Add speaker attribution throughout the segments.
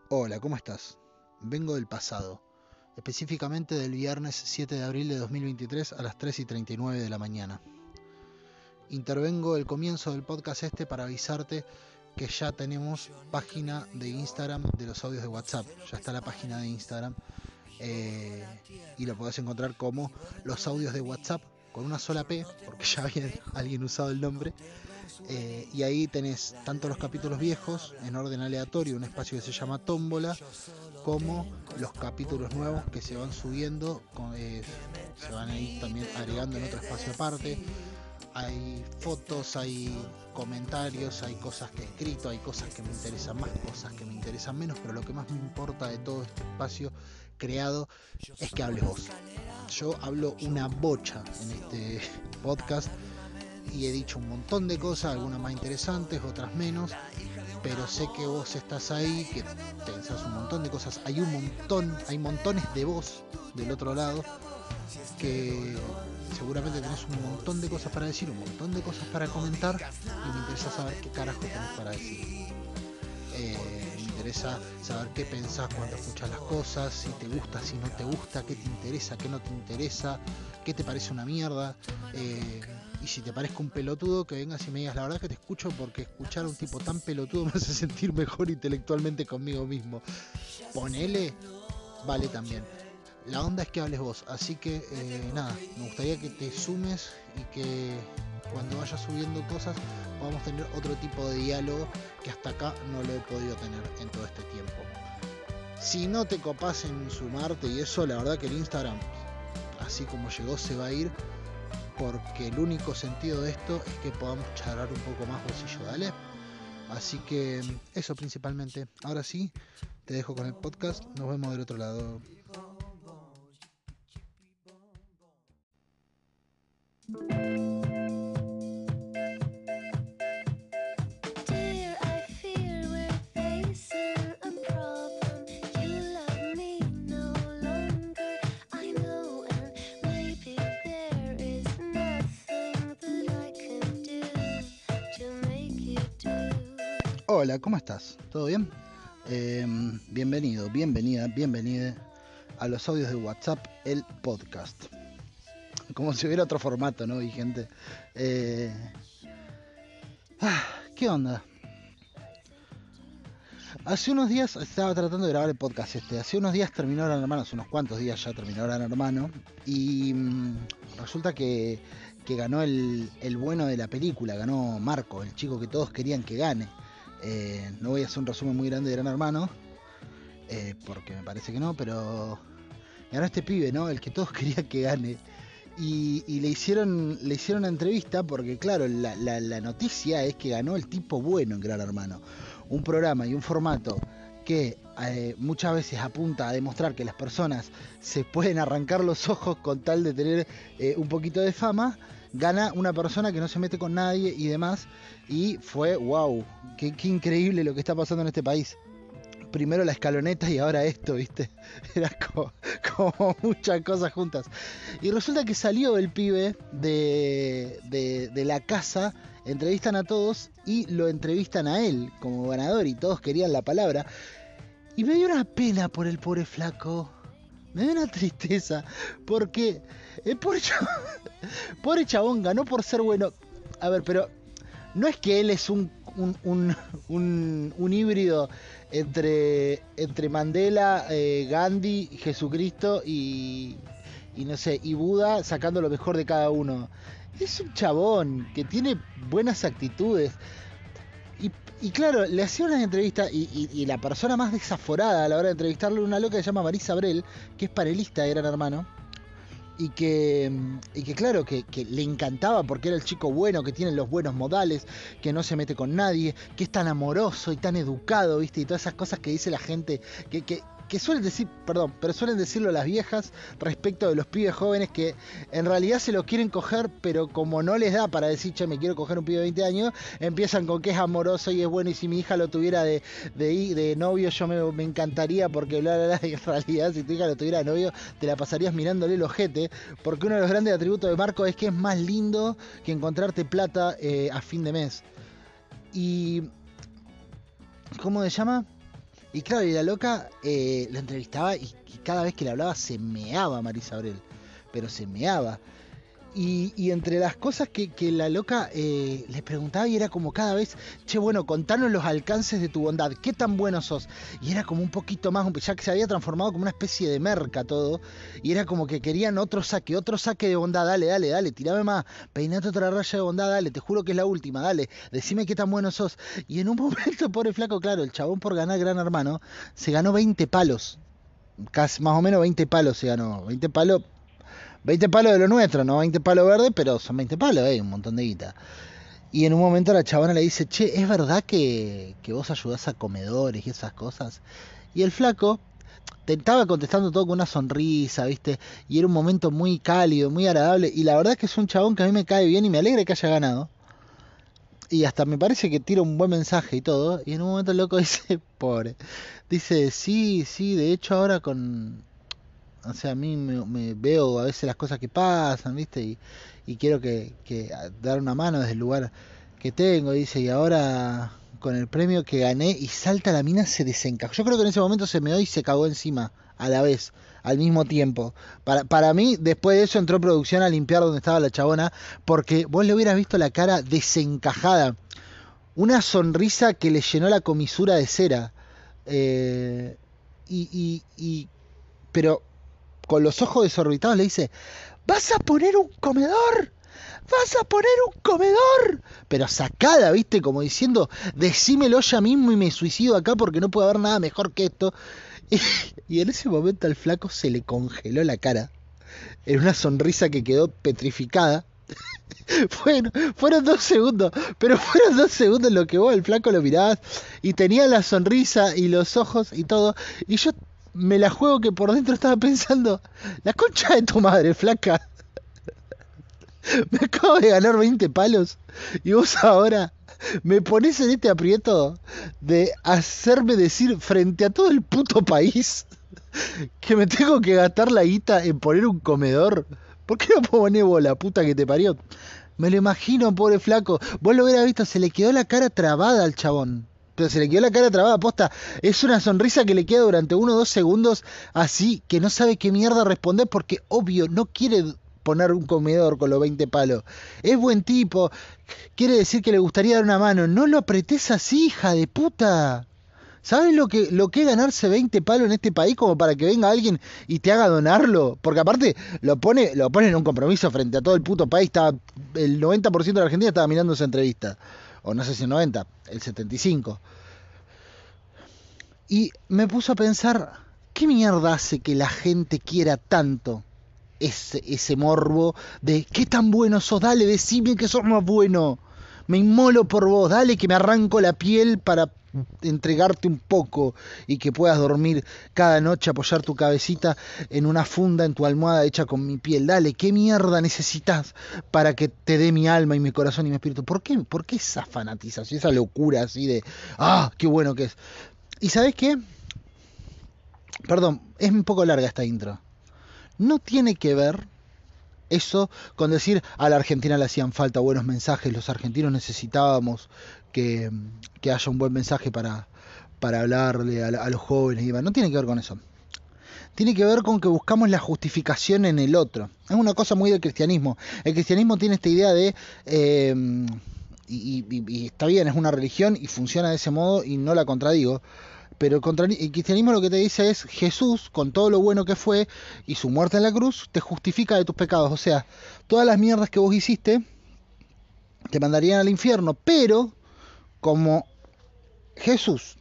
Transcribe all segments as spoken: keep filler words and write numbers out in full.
Speaker 1: Hola, ¿cómo estás? Vengo del pasado, específicamente del viernes siete de abril de dos mil veintitrés a las tres y treinta y nueve de la mañana. Intervengo el comienzo del podcast este para avisarte que ya tenemos página de Instagram de los audios de WhatsApp. Ya está la página de Instagram eh, y lo podés encontrar como los audios de WhatsApp con una sola P, porque ya había alguien usado el nombre. Eh, y ahí tenés tanto los capítulos viejos en orden aleatorio, un espacio que se llama tómbola, como los capítulos nuevos que se van subiendo, eh, se van a ir también agregando en otro espacio aparte. Hay fotos, hay comentarios, hay cosas que he escrito, hay cosas que me interesan más, cosas que me interesan menos, pero lo que más me importa de todo este espacio creado es que hables vos. Yo hablo una bocha en este podcast y he dicho un montón de cosas, algunas más interesantes, otras menos, pero sé que vos estás ahí, que pensás un montón de cosas, hay un montón, hay montones de vos del otro lado, que seguramente tenés un montón de cosas para decir, un montón de cosas para comentar, y me interesa saber qué carajo tenés para decir. Eh, me interesa saber qué pensás cuando escuchas las cosas, si te gusta, si no te gusta, qué te interesa, qué no te interesa, qué te parece una mierda. Eh, y si te parezca un pelotudo, que vengas y me digas la verdad que te escucho, porque escuchar a un tipo tan pelotudo me hace sentir mejor intelectualmente conmigo mismo. Ponele, vale también. La onda es que hables vos, así que eh, nada, me gustaría que te sumes y que cuando vayas subiendo cosas podamos tener otro tipo de diálogo que hasta acá no lo he podido tener en todo este tiempo. Si no te copás en sumarte y eso, la verdad que el Instagram, así como llegó, se va a ir, porque el único sentido de esto es que podamos charlar un poco más vos y yo, ¿dale? Así que eso principalmente. Ahora sí, te dejo con el podcast, nos vemos del otro lado. Hola, ¿cómo estás? ¿Todo bien? Eh, bienvenido, bienvenida, bienvenida a los audios de WhatsApp, el podcast. Como si hubiera otro formato, ¿no, vigente? Eh... Ah, ¿qué onda? Hace unos días estaba tratando de grabar el podcast este. Hace unos días terminó Gran Hermano, hace unos cuantos días ya terminó Gran Hermano. Y mmm, resulta que, que ganó el, el bueno de la película, ganó Marco, el chico que todos querían que gane. Eh, no voy a hacer un resumen muy grande de Gran Hermano, eh, porque me parece que no, pero ganó este pibe, ¿no? El que todos querían que gane. Y, y le hicieron le hicieron una entrevista porque, claro, la, la, la noticia es que ganó el tipo bueno en Gran Hermano. Un programa y un formato que eh, muchas veces apunta a demostrar que las personas se pueden arrancar los ojos con tal de tener eh, un poquito de fama. Gana una persona que no se mete con nadie y demás. Y fue, wow, qué, qué increíble lo que está pasando en este país. Primero la escaloneta y ahora esto, ¿viste? Era como, como muchas cosas juntas. Y resulta que salió el pibe de, de, de la casa, entrevistan a todos y lo entrevistan a él como ganador y todos querían la palabra. Y me dio una pena por el pobre flaco. Me dio una tristeza porque el pobre chabón, pobre chabón ganó por ser bueno. A ver, pero no es que él es un, un, un, un, un híbrido entre, entre Mandela, eh, Gandhi, Jesucristo y, y no sé, y Buda, sacando lo mejor de cada uno. Es un chabón que tiene buenas actitudes. Y, y claro, le hacía unas entrevistas y, y, y la persona más desaforada a la hora de entrevistarlo, una loca que se llama Marisa Abrel, que es panelista de Gran Hermano. Y que, y que claro, que, que le encantaba porque era el chico bueno, que tiene los buenos modales, que no se mete con nadie, que es tan amoroso y tan educado, ¿viste? Y todas esas cosas que dice la gente, que, que, que suelen decir, perdón, pero suelen decirlo las viejas respecto de los pibes jóvenes que en realidad se lo quieren coger, pero como no les da para decir, che, me quiero coger un pibe de veinte años, empiezan con que es amoroso y es bueno, y si mi hija lo tuviera de, de, de novio, yo me, me encantaría porque bla, bla, bla, y en realidad si tu hija lo tuviera de novio, te la pasarías mirándole el ojete, porque uno de los grandes atributos de Marco es que es más lindo que encontrarte plata eh, a fin de mes. Y... ¿cómo se llama? Y claro, y la loca eh, lo entrevistaba y, y cada vez que le hablaba se meaba Marisa Abrel, pero se meaba. Y, y entre las cosas que, que la loca eh, le preguntaba y era como cada vez, che, bueno, contanos los alcances de tu bondad, ¿qué tan bueno sos? Y era como un poquito más, ya que se había transformado como una especie de merca todo, y era como que querían otro saque, otro saque de bondad, dale, dale, dale, tirame más, peinate otra raya de bondad, dale, te juro que es la última, dale, decime qué tan bueno sos. Y en un momento, pobre flaco, claro, el chabón por ganar Gran Hermano, se ganó veinte palos, casi, más o menos veinte palos se ganó, veinte palos. veinte palos de lo nuestro, no veinte palos verdes, pero son veinte palos, eh, un montón de guita. Y en un momento la chabona le dice, che, ¿es verdad que, que vos ayudás a comedores y esas cosas? Y el flaco te estaba contestando todo con una sonrisa, ¿viste? Y era un momento muy cálido, muy agradable. Y la verdad es que es un chabón que a mí me cae bien y me alegra que haya ganado. Y hasta me parece que tira un buen mensaje y todo. Y en un momento el loco dice, pobre, dice, sí, sí, de hecho ahora con... O sea, a mí me, me veo a veces las cosas que pasan, ¿viste? Y, y quiero que, que dar una mano desde el lugar que tengo, dice, y ahora con el premio que gané y salta la mina se desencajó. Yo creo que en ese momento se meó y se cagó encima a la vez, al mismo tiempo. Para, para mí, después de eso entró producción a limpiar donde estaba la chabona, porque vos le hubieras visto la cara desencajada. Una sonrisa que le llenó la comisura de cera. Eh, y, y, y, pero con los ojos desorbitados le dice, ¿vas a poner un comedor? ¿Vas a poner un comedor? Pero sacada, ¿viste? Como diciendo, decímelo ya mismo y me suicido acá porque no puede haber nada mejor que esto. Y, y en ese momento al flaco se le congeló la cara. En una sonrisa que quedó petrificada. Bueno, fueron dos segundos, pero fueron dos segundos en lo que vos el flaco lo mirabas y tenía la sonrisa y los ojos y todo. Y yo me la juego que por dentro estaba pensando, la concha de tu madre, flaca. Me acabo de ganar veinte palos y vos ahora me pones en este aprieto de hacerme decir frente a todo el puto país que me tengo que gastar la guita en poner un comedor. ¿Por qué no poner vos, la puta que te parió? Me lo imagino, pobre flaco. Vos lo hubieras visto, se le quedó la cara trabada al chabón. Pero se le quedó la cara trabada, posta. Es una sonrisa que le queda durante uno o dos segundos así, que no sabe qué mierda responder porque, obvio, no quiere poner un comedor con los veinte palos. Es buen tipo, quiere decir que le gustaría dar una mano. No lo apretés así, hija de puta. ¿Sabes lo que, lo que es ganarse veinte palos en este país como para que venga alguien y te haga donarlo? Porque aparte lo pone, lo pone en un compromiso frente a todo el puto país. Estaba, el noventa por ciento de la Argentina estaba mirando esa entrevista. O no sé si el noventa, el setenta y cinco por ciento. Y me puso a pensar, ¿qué mierda hace que la gente quiera tanto ese, ese morbo de qué tan bueno sos? Dale, decime que sos más bueno. Me inmolo por vos, dale que me arranco la piel para entregarte un poco y que puedas dormir cada noche, apoyar tu cabecita en una funda en tu almohada hecha con mi piel. Dale, ¿qué mierda necesitas para que te dé mi alma y mi corazón y mi espíritu? ¿Por qué, por qué esa fanatización, esa locura así de, ah, qué bueno que es? ¿Y sabes qué? Perdón, es un poco larga esta intro. No tiene que ver eso con decir a la Argentina le hacían falta buenos mensajes, los argentinos necesitábamos que, que haya un buen mensaje para, para hablarle a, a los jóvenes y demás. No tiene que ver con eso. Tiene que ver con que buscamos la justificación en el otro. Es una cosa muy del cristianismo. El cristianismo tiene esta idea de... Eh, y, y, y está bien, es una religión y funciona de ese modo y no la contradigo. Pero el, contra, el cristianismo lo que te dice es Jesús, con todo lo bueno que fue y su muerte en la cruz, te justifica de tus pecados. O sea, todas las mierdas que vos hiciste te mandarían al infierno. Pero como Jesús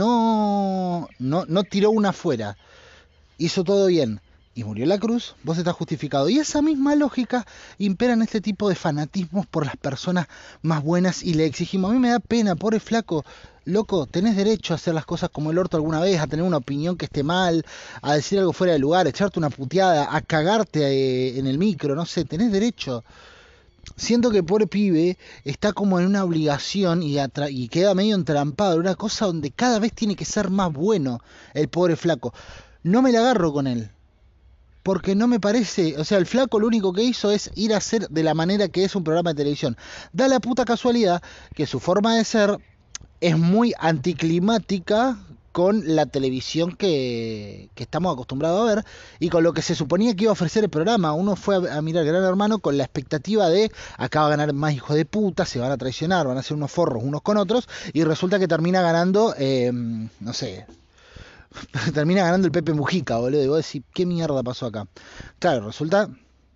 Speaker 1: no, no, no tiró una afuera, hizo todo bien y murió en la cruz, vos estás justificado. Y esa misma lógica impera en este tipo de fanatismos por las personas más buenas y le exigimos. A mí me da pena, pobre flaco. Loco, tenés derecho a hacer las cosas como el orto alguna vez, a tener una opinión que esté mal, a decir algo fuera de lugar, a echarte una puteada, a cagarte eh, en el micro, no sé, tenés derecho. Siento que el pobre pibe está como en una obligación y, y queda medio entrampado en una cosa donde cada vez tiene que ser más bueno el pobre flaco. No me la agarro con él, porque no me parece, o sea, el flaco lo único que hizo es ir a hacer de la manera que es un programa de televisión. Da la puta casualidad que su forma de ser es muy anticlimática con la televisión que, que estamos acostumbrados a ver y con lo que se suponía que iba a ofrecer el programa. Uno fue a, a mirar Gran Hermano con la expectativa de acá va a ganar más hijos de puta, se van a traicionar, van a ser unos forros unos con otros, y resulta que termina ganando, eh, no sé, termina ganando el Pepe Mujica, boludo, y vos decís, ¿qué mierda pasó acá? Claro, resulta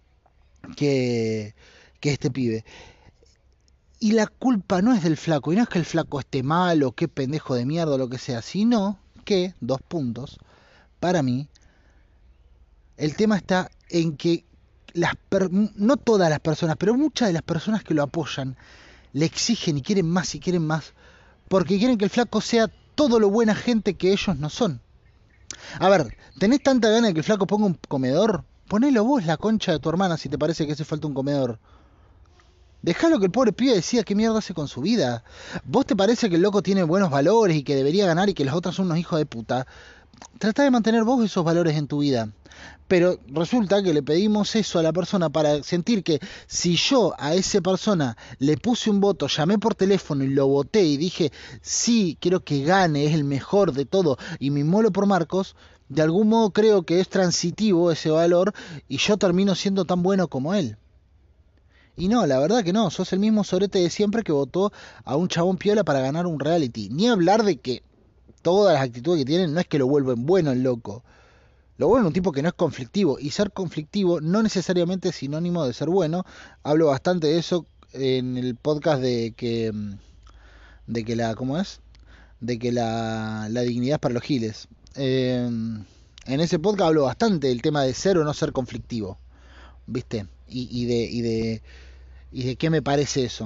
Speaker 1: que, que este pibe... Y la culpa no es del flaco, y no es que el flaco esté mal o qué pendejo de mierda o lo que sea, sino que, dos puntos, para mí, el tema está en que las per no todas las personas, pero muchas de las personas que lo apoyan, le exigen y quieren más y quieren más, porque quieren que el flaco sea todo lo buena gente que ellos no son. A ver, ¿tenés tanta gana de que el flaco ponga un comedor? Ponelo vos, la concha de tu hermana, si te parece que hace falta un comedor. Dejalo que el pobre pibe decida qué mierda hace con su vida. ¿Vos te parece que el loco tiene buenos valores y que debería ganar y que los otros son unos hijos de puta? Trata de mantener vos esos valores en tu vida. Pero resulta que le pedimos eso a la persona para sentir que si yo a esa persona le puse un voto, llamé por teléfono y lo voté y dije, sí, quiero que gane, es el mejor de todo, y me inmolo por Marcos, de algún modo creo que es transitivo ese valor y yo termino siendo tan bueno como él. Y no, la verdad que no, sos el mismo sorete de siempre que votó a un chabón piola para ganar un reality. Ni hablar de que todas las actitudes que tienen no es que lo vuelven bueno el loco. Lo vuelven un tipo que no es conflictivo. Y ser conflictivo no necesariamente es sinónimo de ser bueno. Hablo bastante de eso en el podcast de que... De que la... ¿Cómo es? De que la, la dignidad es para los giles. Eh, en ese podcast hablo bastante del tema de ser o no ser conflictivo. ¿Viste? Y, y de... Y de ¿Y de qué me parece eso?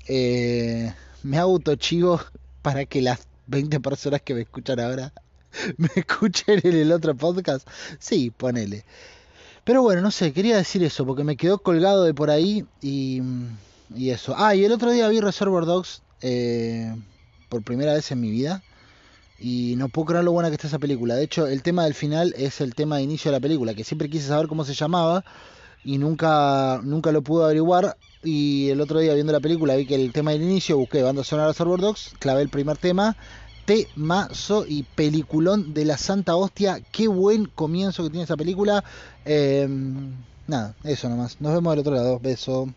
Speaker 1: Eh, me autochivo para que las veinte personas que me escuchan ahora me escuchen en el otro podcast. Sí, ponele. Pero bueno, no sé, quería decir eso porque me quedó colgado de por ahí y, y eso. Ah, y el otro día vi Reservoir Dogs eh, por primera vez en mi vida y no puedo creer lo buena que está esa película. De hecho, el tema del final es el tema de inicio de la película, que siempre quise saber cómo se llamaba y nunca, nunca lo pude averiguar. Y el otro día viendo la película vi que el tema del inicio, busqué banda sonora Reservoir Dogs, clavé el primer tema, temazo y peliculón de la santa hostia. Qué buen comienzo que tiene esa película. Eh, nada, eso nomás. Nos vemos del otro lado. Beso.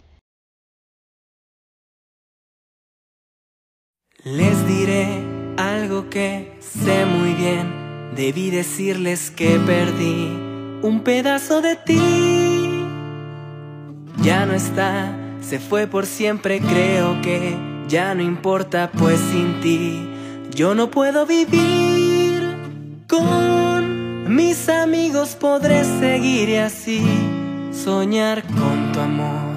Speaker 2: Les diré algo que sé muy bien. Debí decirles que perdí un pedazo de ti. Ya no está, se fue por siempre, creo que ya no importa, pues sin ti yo no puedo vivir. Con mis amigos podré seguir y así soñar con tu amor.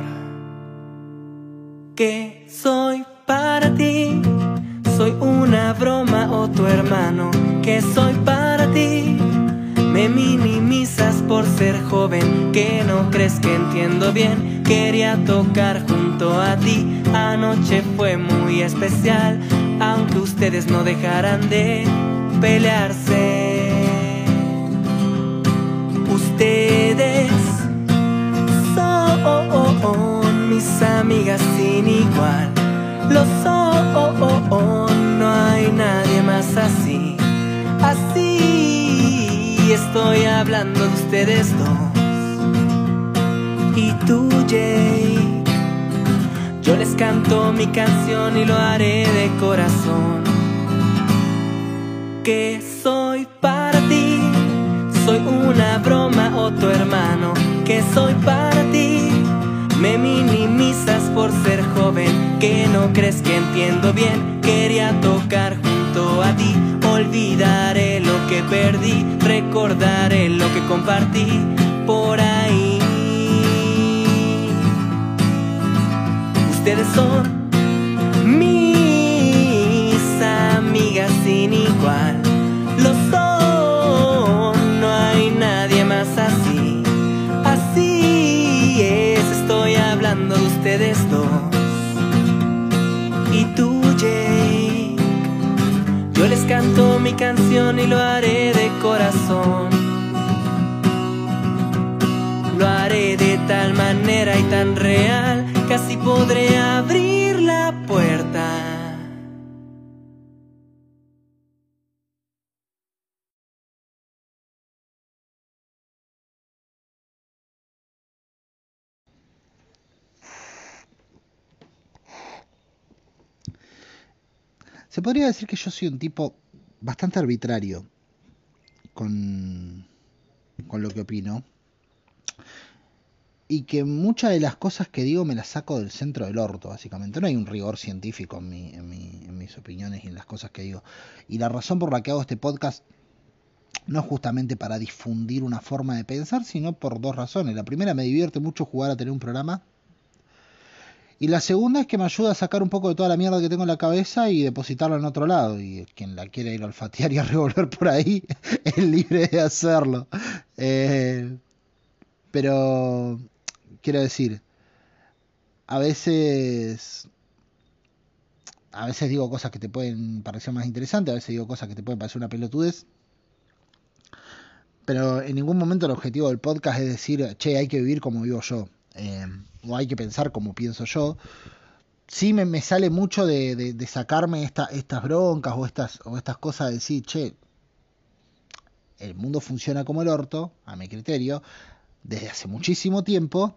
Speaker 2: Que soy para ti, soy una broma o tu hermano. Que soy para ti, me minimizas por ser joven, que no crees que entiendo bien. Quería tocar junto a ti, anoche fue muy especial, aunque ustedes no dejaran de pelearse. Ustedes son mis amigas sin igual, lo son, no hay nadie más así. Así estoy hablando de ustedes dos. Y tú, Jake, yo les canto mi canción y lo haré de corazón. Que soy para ti, soy una broma o tu hermano. Que soy para ti, me minimizas por ser joven, que no crees que entiendo bien. Quería tocar junto a ti, olvidaré lo que perdí, recordaré lo que compartí por ahí. Ustedes son mis amigas sin igual, lo son, no hay nadie más así. Así es, estoy hablando de ustedes dos. Y tú, Jake, yo les canto mi canción y lo haré de corazón. Lo haré de tal manera y tan real, casi podré abrir la puerta.
Speaker 1: Se podría decir que yo soy un tipo bastante arbitrario con, con lo que opino. Y que muchas de las cosas que digo me las saco del centro del orto, básicamente. No hay un rigor científico en, mi, en, mi, en mis opiniones y en las cosas que digo. Y la razón por la que hago este podcast no es justamente para difundir una forma de pensar, sino por dos razones. La primera, me divierte mucho jugar a tener un programa. Y la segunda es que me ayuda a sacar un poco de toda la mierda que tengo en la cabeza y depositarla en otro lado. Y quien la quiera ir a olfatear y a revolver por ahí es libre de hacerlo. Eh, pero... Quiero decir, a veces, a veces digo cosas que te pueden parecer más interesantes, a veces digo cosas que te pueden parecer una pelotudez, pero en ningún momento el objetivo del podcast es decir, che, hay que vivir como vivo yo, eh, o hay que pensar como pienso yo. Sí me, me sale mucho de, de, de sacarme esta, estas broncas o estas, o estas cosas de decir, che, el mundo funciona como el orto, a mi criterio, desde hace muchísimo tiempo.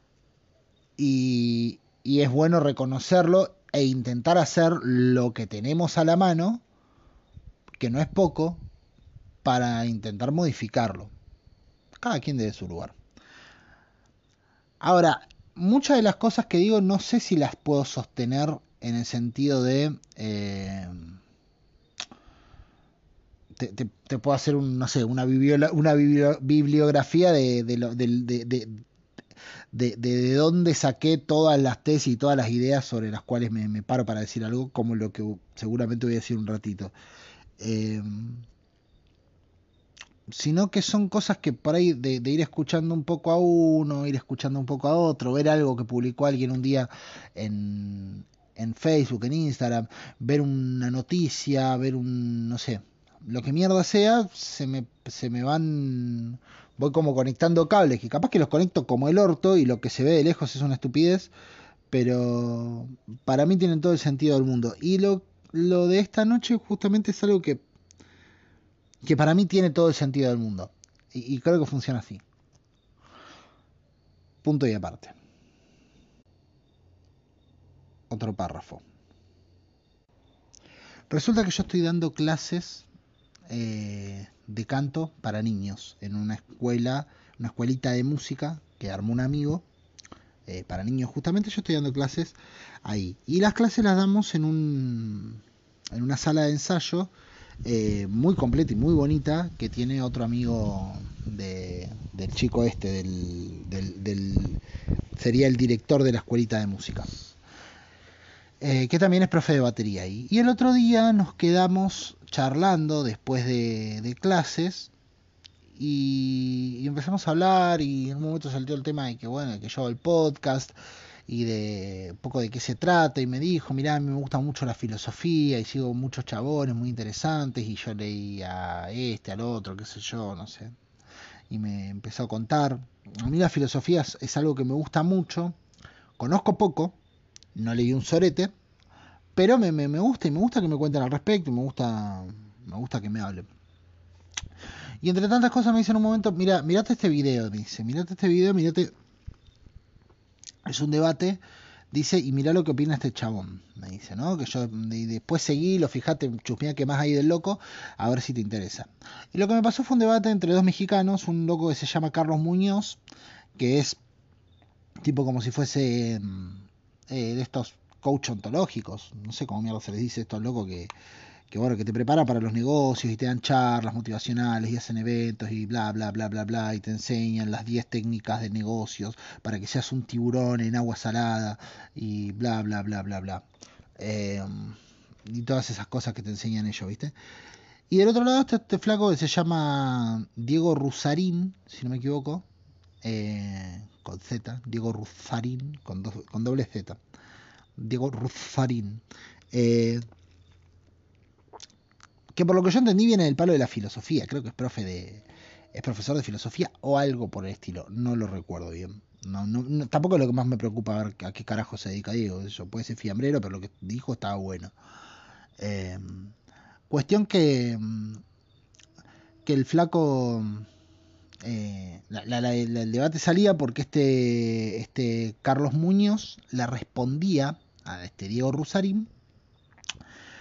Speaker 1: Y, y es bueno reconocerlo e intentar hacer lo que tenemos a la mano, que no es poco, para intentar modificarlo. Cada quien desde su lugar. Ahora, muchas de las cosas que digo no sé si las puedo sostener en el sentido de... Eh, te, te, te puedo hacer un, no sé, una, biblio, una biblio, bibliografía de, de, de, de, de De, de, de dónde saqué todas las tesis y todas las ideas sobre las cuales me, me paro para decir algo, como lo que seguramente voy a decir un ratito. Eh, sino que son cosas que por ahí de, de ir escuchando un poco a uno, ir escuchando un poco a otro, ver algo que publicó alguien un día en, en Facebook, en Instagram, ver una noticia, ver un, no sé, lo que mierda sea, se me, se me van... Voy como conectando cables, que capaz que los conecto como el orto y lo que se ve de lejos es una estupidez, pero para mí tienen todo el sentido del mundo. Y lo, lo de esta noche justamente es algo que, que para mí tiene todo el sentido del mundo. Y, y creo que funciona así. Punto y aparte. Otro párrafo. Resulta que yo estoy dando clases eh, de canto para niños en una escuela, una escuelita de música que armó un amigo eh, para niños. Justamente yo estoy dando clases ahí. Y las clases las damos en un en una sala de ensayo eh, muy completa y muy bonita que tiene otro amigo de, del chico este, del, del, del sería el director de la escuelita de música. Eh, que también es profe de batería ahí. Y el otro día nos quedamos charlando después de, de clases y, y empezamos a hablar y en un momento saltó el tema de que bueno, que yo hago el podcast y de un poco de qué se trata y me dijo, mirá, a mí me gusta mucho la filosofía y sigo muchos chabones muy interesantes y yo leí a este, al otro, qué sé yo, no sé. Y me empezó a contar. A mí la filosofía es, es algo que me gusta mucho, conozco poco, no leí un sorete, pero me, me, me gusta y me gusta que me cuenten al respecto, me gusta, me gusta que me hablen. Y entre tantas cosas me dice en un momento, mira, mirate este video, me dice, mirate este video, mirate, es un debate, dice, y mirá lo que opina este chabón, me dice, ¿no? Que yo, y después seguilo, fíjate, chusmeá que más hay del loco, a ver si te interesa. Y lo que me pasó fue un debate entre dos mexicanos, un loco que se llama Carlos Muñoz, que es tipo como si fuese eh, de estos coach ontológicos, no sé cómo mierda se les dice estos locos que, que bueno, que te preparan para los negocios y te dan charlas motivacionales y hacen eventos y bla bla bla bla bla y te enseñan las diez técnicas de negocios para que seas un tiburón en agua salada y bla bla bla bla bla eh, y todas esas cosas que te enseñan ellos, ¿viste? Y del otro lado está este flaco que se llama Diego Rusarín, si no me equivoco, eh, con Z, Diego Rusarín con, do, con doble Z, Diego Rusarín, eh, que por lo que yo entendí viene del palo de la filosofía, creo que es profe de es profesor de filosofía o algo por el estilo, no lo recuerdo bien. No, no, no, tampoco es lo que más me preocupa ver a qué carajo se dedica Diego, eso puede ser fiambrero, pero lo que dijo estaba bueno. Eh, cuestión que que el flaco eh, la, la, la, el debate salía porque este este Carlos Muñoz le respondía a este Diego Rusarín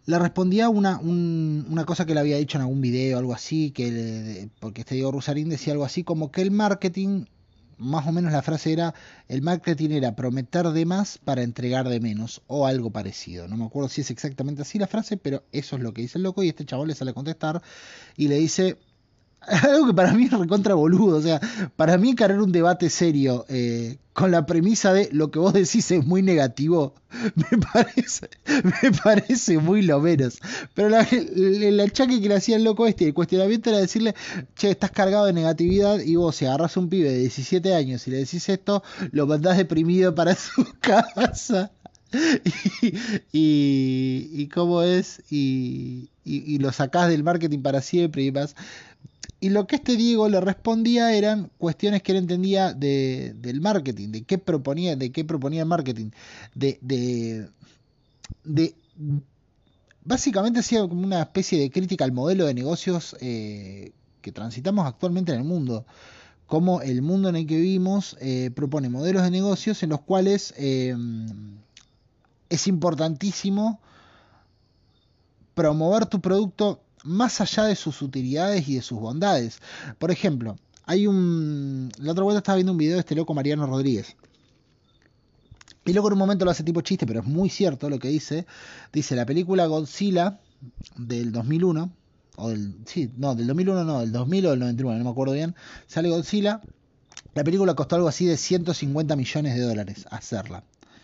Speaker 1: le respondía una, un, una cosa que le había dicho en algún video, algo así, que le, porque este Diego Rusarín decía algo así como que el marketing, más o menos la frase era, el marketing era prometer de más para entregar de menos, o algo parecido. No me acuerdo si es exactamente así la frase, pero eso es lo que dice el loco, y este chabón le sale a contestar y le dice... Algo que para mí es recontra boludo, o sea, para mí encarar un debate serio eh, con la premisa de lo que vos decís es muy negativo, me parece, me parece muy lo menos. Pero la, el, el achaque que le hacía el loco este, el cuestionamiento era decirle, che, estás cargado de negatividad y vos si agarrás un pibe de diecisiete años y le decís esto, lo mandás deprimido para su casa. Y, y, y cómo es, y, y, y lo sacás del marketing para siempre y demás. Y lo que este Diego le respondía eran cuestiones que él entendía de, del marketing, de qué proponía, de qué proponía el marketing, de, de, de básicamente hacía como una especie de crítica al modelo de negocios eh, que transitamos actualmente en el mundo. Como el mundo en el que vivimos eh, propone modelos de negocios en los cuales eh, es importantísimo promover tu producto más allá de sus utilidades y de sus bondades. Por ejemplo, hay un... La otra vuelta estaba viendo un video de este loco Mariano Rodríguez. Y luego en un momento lo hace tipo chiste, pero es muy cierto lo que dice. Dice, la película Godzilla del dos mil uno, o del... Sí, no, del dos mil uno no, del dos mil o del noventa y nueve, no me acuerdo bien. Sale Godzilla. La película costó algo así de ciento cincuenta millones de dólares hacerla.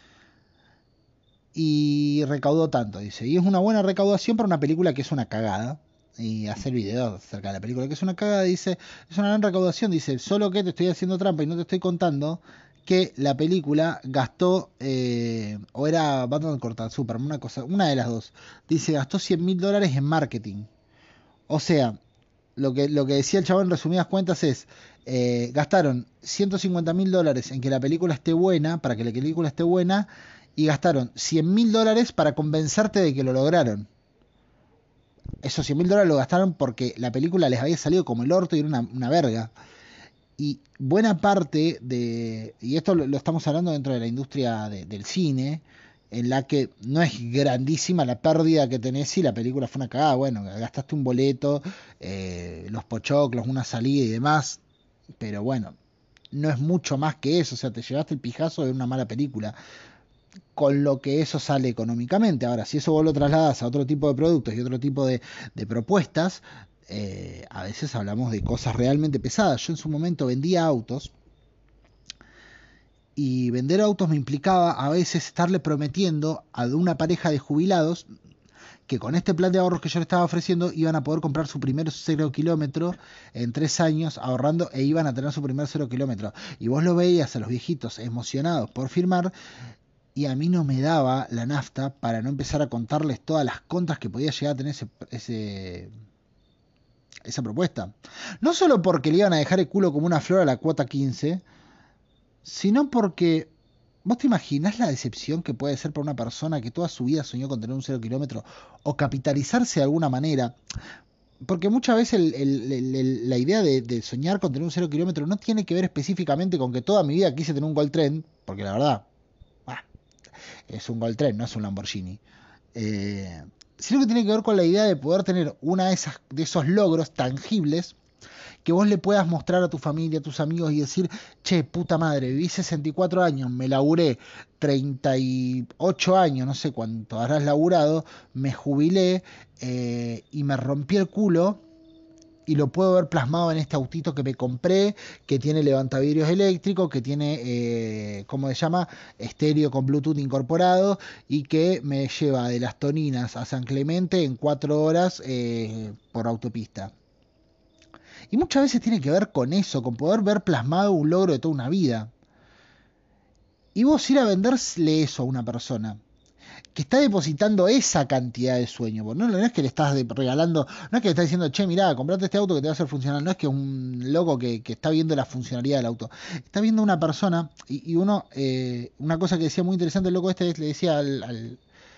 Speaker 1: Y recaudó tanto, dice. Y es una buena recaudación para una película que es una cagada. Y hacer videos acerca de la película que es una cagada, dice, es una gran recaudación, dice, solo que te estoy haciendo trampa y no te estoy contando que la película gastó, eh, o era Batman contra Superman, una cosa, una de las dos, dice, gastó cien mil dólares en marketing. O sea, lo que, lo que decía el chabón en resumidas cuentas es, eh, gastaron ciento cincuenta mil dólares en que la película esté buena, para que la película esté buena, y gastaron cien mil dólares para convencerte de que lo lograron. Esos cien mil dólares lo gastaron porque la película les había salido como el orto y era una, una verga. Y buena parte de... Y esto lo, lo estamos hablando dentro de la industria de, del cine, en la que no es grandísima la pérdida que tenés si la película fue una cagada. Bueno, gastaste un boleto, eh, los pochoclos, una salida y demás. Pero bueno, no es mucho más que eso. O sea, te llevaste el pijazo de una mala película, con lo que eso sale económicamente. Ahora, si eso vos lo trasladas a otro tipo de productos y otro tipo de, de propuestas, eh, a veces hablamos de cosas realmente pesadas. Yo en su momento vendía autos, y vender autos me implicaba a veces estarle prometiendo a una pareja de jubilados que con este plan de ahorros que yo le estaba ofreciendo iban a poder comprar su primer cero kilómetro en tres años ahorrando, e iban a tener su primer cero kilómetro. Y vos lo veías a los viejitos emocionados por firmar, y a mí no me daba la nafta para no empezar a contarles todas las contras que podía llegar a tener ese, ese, esa propuesta. No solo porque le iban a dejar el culo como una flor a la cuota quince, sino porque vos te imaginás la decepción que puede ser para una persona que toda su vida soñó con tener un cero kilómetro o capitalizarse de alguna manera. Porque muchas veces el, el, el, el, la idea de, de soñar con tener un cero kilómetro no tiene que ver específicamente con que toda mi vida quise tener un Gold Trend, porque la verdad... es un Gold Trend, no es un Lamborghini. Eh, sino que tiene que ver con la idea de poder tener una de, esas, de esos logros tangibles que vos le puedas mostrar a tu familia, a tus amigos y decir, che, puta madre, viví sesenta y cuatro años, me laburé treinta y ocho años, no sé cuánto habrás laburado, me jubilé eh, y me rompí el culo, y lo puedo ver plasmado en este autito que me compré, que tiene levantavidrios eléctricos, que tiene, eh, ¿cómo se llama? Estéreo con Bluetooth incorporado, y que me lleva de Las Toninas a San Clemente en cuatro horas eh, por autopista. Y muchas veces tiene que ver con eso, con poder ver plasmado un logro de toda una vida. Y vos ir a venderle eso a una persona que está depositando esa cantidad de sueño. No, no es que le estás regalando, no es que le estás diciendo, che, mirá, comprate este auto que te va a hacer funcionar. No es que es un loco que, que está viendo la funcionalidad del auto. Está viendo una persona, y, y uno, eh, una cosa que decía muy interesante el loco este, es, le decía al, al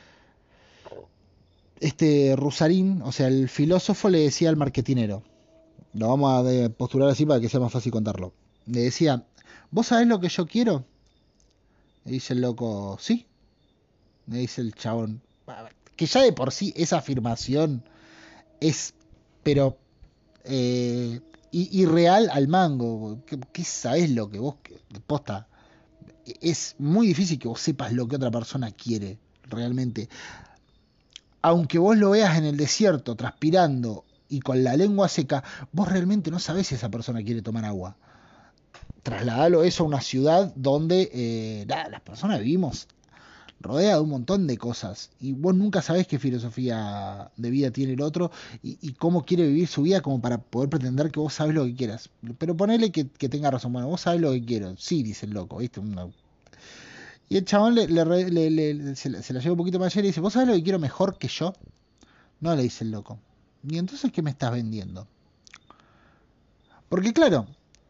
Speaker 1: este Rusarín, o sea, el filósofo le decía al marketinero, lo vamos a postular así para que sea más fácil contarlo. Le decía, ¿vos sabés lo que yo quiero? Le dice el loco, sí. Me dice el chabón, que ya de por sí esa afirmación es, pero eh, irreal al mango. ¿Qué, qué sabés lo que vos, posta? Es muy difícil que vos sepas lo que otra persona quiere realmente. Aunque vos lo veas en el desierto, transpirando y con la lengua seca, vos realmente no sabés si esa persona quiere tomar agua. Trasladalo eso a una ciudad donde eh, nada, las personas vivimos rodeadas de un montón de cosas y vos nunca sabés qué filosofía de vida tiene el otro y, y cómo quiere vivir su vida como para poder pretender que vos sabés lo que quieras. Pero ponele que, que tenga razón. Bueno, vos sabés lo que quiero. Sí, dice el loco, ¿viste? Una... Y el chabón le, le, le, le, se, se la lleva un poquito más allá y le dice, ¿vos sabés lo que quiero mejor que yo? No, le dice el loco. ¿Y entonces qué me estás vendiendo? Porque claro,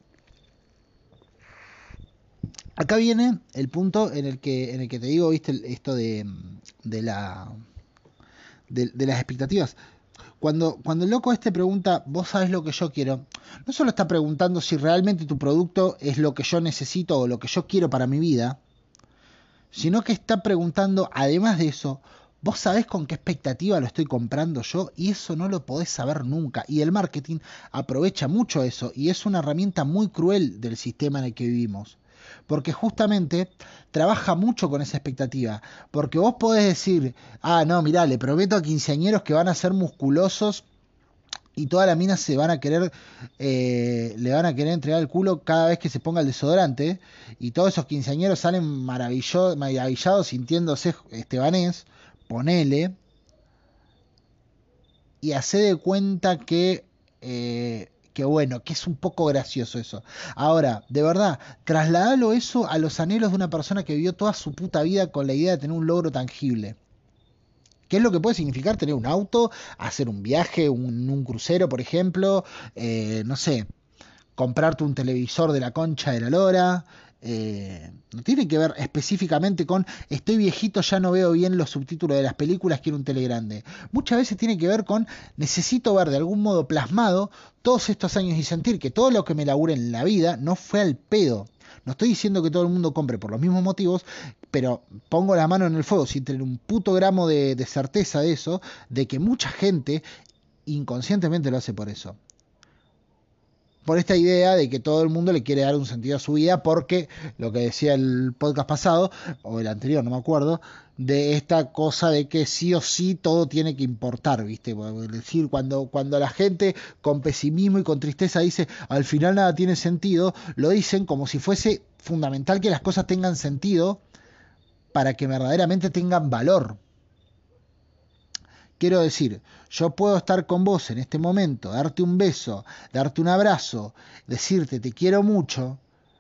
Speaker 1: acá viene el punto en el que, en el que te digo, viste, esto de, de la de, de las expectativas. Cuando, cuando el loco este pregunta, ¿vos sabés lo que yo quiero? No solo está preguntando si realmente tu producto es lo que yo necesito o lo que yo quiero para mi vida, sino que está preguntando, además de eso, ¿vos sabés con qué expectativa lo estoy comprando yo? Y eso no lo podés saber nunca. Y el marketing aprovecha mucho eso y es una herramienta muy cruel del sistema en el que vivimos. Porque justamente trabaja mucho con esa expectativa. Porque vos podés decir, ah, no, mirá, le prometo a quinceañeros que van a ser musculosos y todas las minas se van a querer, eh, le van a querer entregar el culo cada vez que se ponga el desodorante. Y todos esos quinceañeros salen maravillo, maravillados sintiéndose estebanés. Ponele. Y hace de cuenta que... Eh, que bueno, que es un poco gracioso eso. Ahora, de verdad, trasladalo eso a los anhelos de una persona que vivió toda su puta vida con la idea de tener un logro tangible. ¿Qué es lo que puede significar tener un auto, hacer un viaje, un, un crucero, por ejemplo? Eh, no sé, comprarte un televisor de la concha de la lora. Eh, no tiene que ver específicamente con estoy viejito, ya no veo bien los subtítulos de las películas, quiero un tele grande. Muchas veces tiene que ver con necesito ver de algún modo plasmado todos estos años y sentir que todo lo que me labure en la vida no fue al pedo. No estoy diciendo que todo el mundo compre por los mismos motivos, pero pongo la mano en el fuego sin tener un puto gramo de, de certeza de eso, de que mucha gente inconscientemente lo hace por eso. Por esta idea de que todo el mundo le quiere dar un sentido a su vida, porque lo que decía el podcast pasado, o el anterior, no me acuerdo, de esta cosa de que sí o sí todo tiene que importar, ¿viste? Es decir, cuando, cuando la gente con pesimismo y con tristeza dice al final nada tiene sentido, lo dicen como si fuese fundamental que las cosas tengan sentido para que verdaderamente tengan valor. Quiero decir, yo puedo estar con vos en este momento, darte un beso, darte un abrazo, decirte te quiero mucho,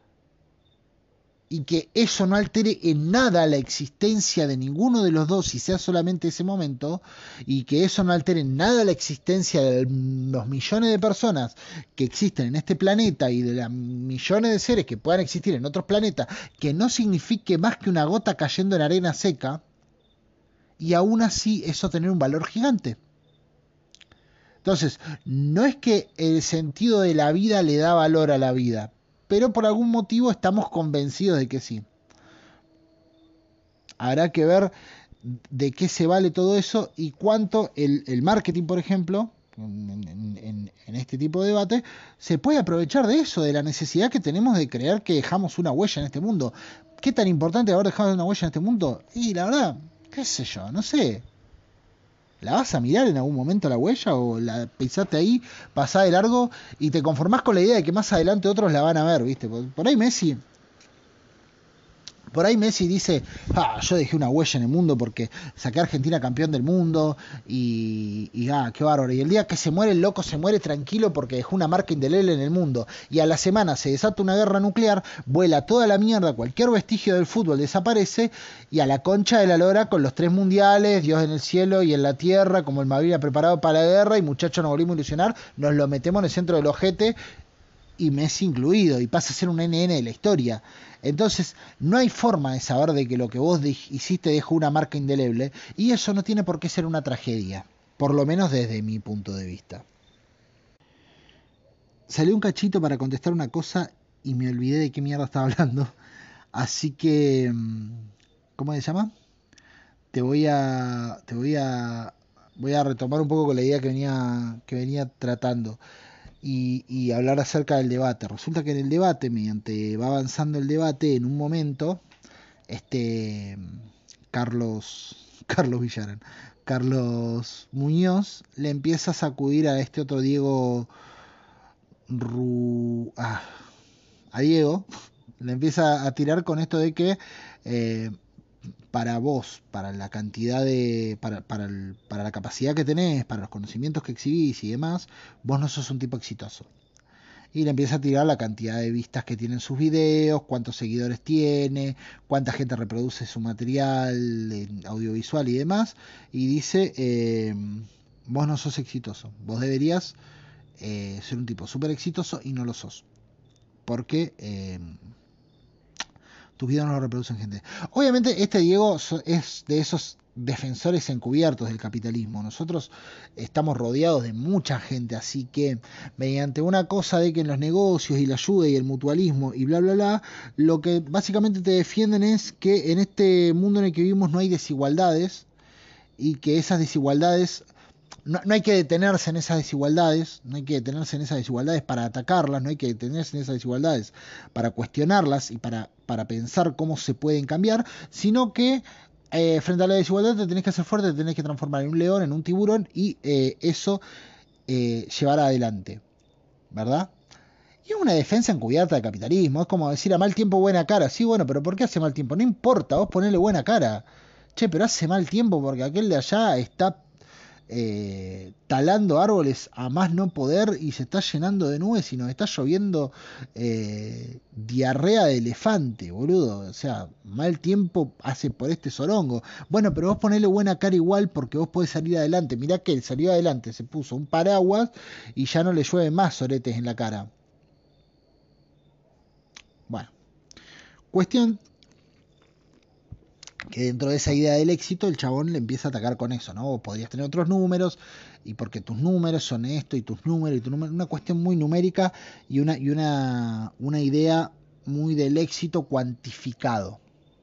Speaker 1: y que eso no altere en nada la existencia de ninguno de los dos y sea solamente ese momento, y que eso no altere en nada la existencia de los millones de personas que existen en este planeta y de los millones de seres que puedan existir en otros planetas, que no signifique más que una gota cayendo en arena seca, y aún así eso tener un valor gigante. Entonces, no es que el sentido de la vida le da valor a la vida, pero por algún motivo estamos convencidos de que sí. Habrá que ver de qué se vale todo eso y cuánto el, el marketing, por ejemplo, en, en, en este tipo de debate, se puede aprovechar de eso, de la necesidad que tenemos de creer que dejamos una huella en este mundo. ¿Qué tan importante haber dejado una huella en este mundo? Y la verdad, qué sé yo, no sé. ¿La vas a mirar en algún momento la huella o la pisaste ahí, pasás de largo y te conformás con la idea de que más adelante otros la van a ver, ¿viste? Por ahí Messi... Por ahí Messi dice, ah, yo dejé una huella en el mundo porque saqué a Argentina campeón del mundo y, y ah, qué bárbaro. Y el día que se muere el loco se muere tranquilo porque dejó una marca indeleble en el mundo. Y a la semana se desata una guerra nuclear, vuela toda la mierda, cualquier vestigio del fútbol desaparece y a la concha de la lora con los tres mundiales, Dios en el cielo y en la tierra, como el Mavila preparado para la guerra y muchachos nos volvimos a ilusionar, nos lo metemos en el centro del ojete y Messi incluido y pasa a ser un N N de la historia. Entonces no hay forma de saber de que lo que vos hiciste dejó una marca indeleble y eso no tiene por qué ser una tragedia, por lo menos desde mi punto de vista. Salió un cachito para contestar una cosa y me olvidé de qué mierda estaba hablando, así que ¿cómo se llama? te voy a, te voy a, voy a retomar un poco con la idea que venía, que venía tratando y, y hablar acerca del debate. Resulta que en el debate, mediante va avanzando el debate, en un momento, este Carlos, Carlos Villarán, Carlos Muñoz le empieza a sacudir a este otro Diego Ru, ah, a Diego le empieza a tirar con esto de que eh, para vos, para la cantidad de, para, para, el, para la capacidad que tenés, para los conocimientos que exhibís y demás, vos no sos un tipo exitoso. Y le empieza a tirar la cantidad de vistas que tienen sus videos, cuántos seguidores tiene, cuánta gente reproduce su material eh, audiovisual y demás. Y dice, eh, vos no sos exitoso, vos deberías eh, ser un tipo súper exitoso y no lo sos. Porque eh, tus videos no lo reproducen gente. Obviamente este Diego es de esos defensores encubiertos del capitalismo. Nosotros estamos rodeados de mucha gente, así que mediante una cosa de que en los negocios y la ayuda y el mutualismo y bla bla bla, lo que básicamente te defienden es que en este mundo en el que vivimos no hay desigualdades y que esas desigualdades No, no hay que detenerse en esas desigualdades, no hay que detenerse en esas desigualdades para atacarlas, no hay que detenerse en esas desigualdades para cuestionarlas y para, para pensar cómo se pueden cambiar, sino que eh, frente a la desigualdad te tenés que hacer fuerte, te tenés que transformar en un león, en un tiburón y eh, eso eh, llevar adelante, ¿verdad? Y es una defensa encubierta del capitalismo, es como decir a mal tiempo buena cara, sí, bueno, pero ¿por qué hace mal tiempo? No importa, vos ponele buena cara, che, pero hace mal tiempo porque aquel de allá está Eh, talando árboles a más no poder y se está llenando de nubes y nos está lloviendo eh, diarrea de elefante, boludo. O sea, mal tiempo hace por este sorongo. Bueno, pero vos ponele buena cara igual porque vos podés salir adelante. Mirá que él salió adelante, se puso un paraguas y ya no le llueve más soretes en la cara. Bueno, cuestión que dentro de esa idea del éxito el chabón le empieza a atacar con eso, ¿no? Vos podrías tener otros números y porque tus números son esto y tus números y tu número, una cuestión muy numérica y una, y una, una idea muy del éxito cuantificado.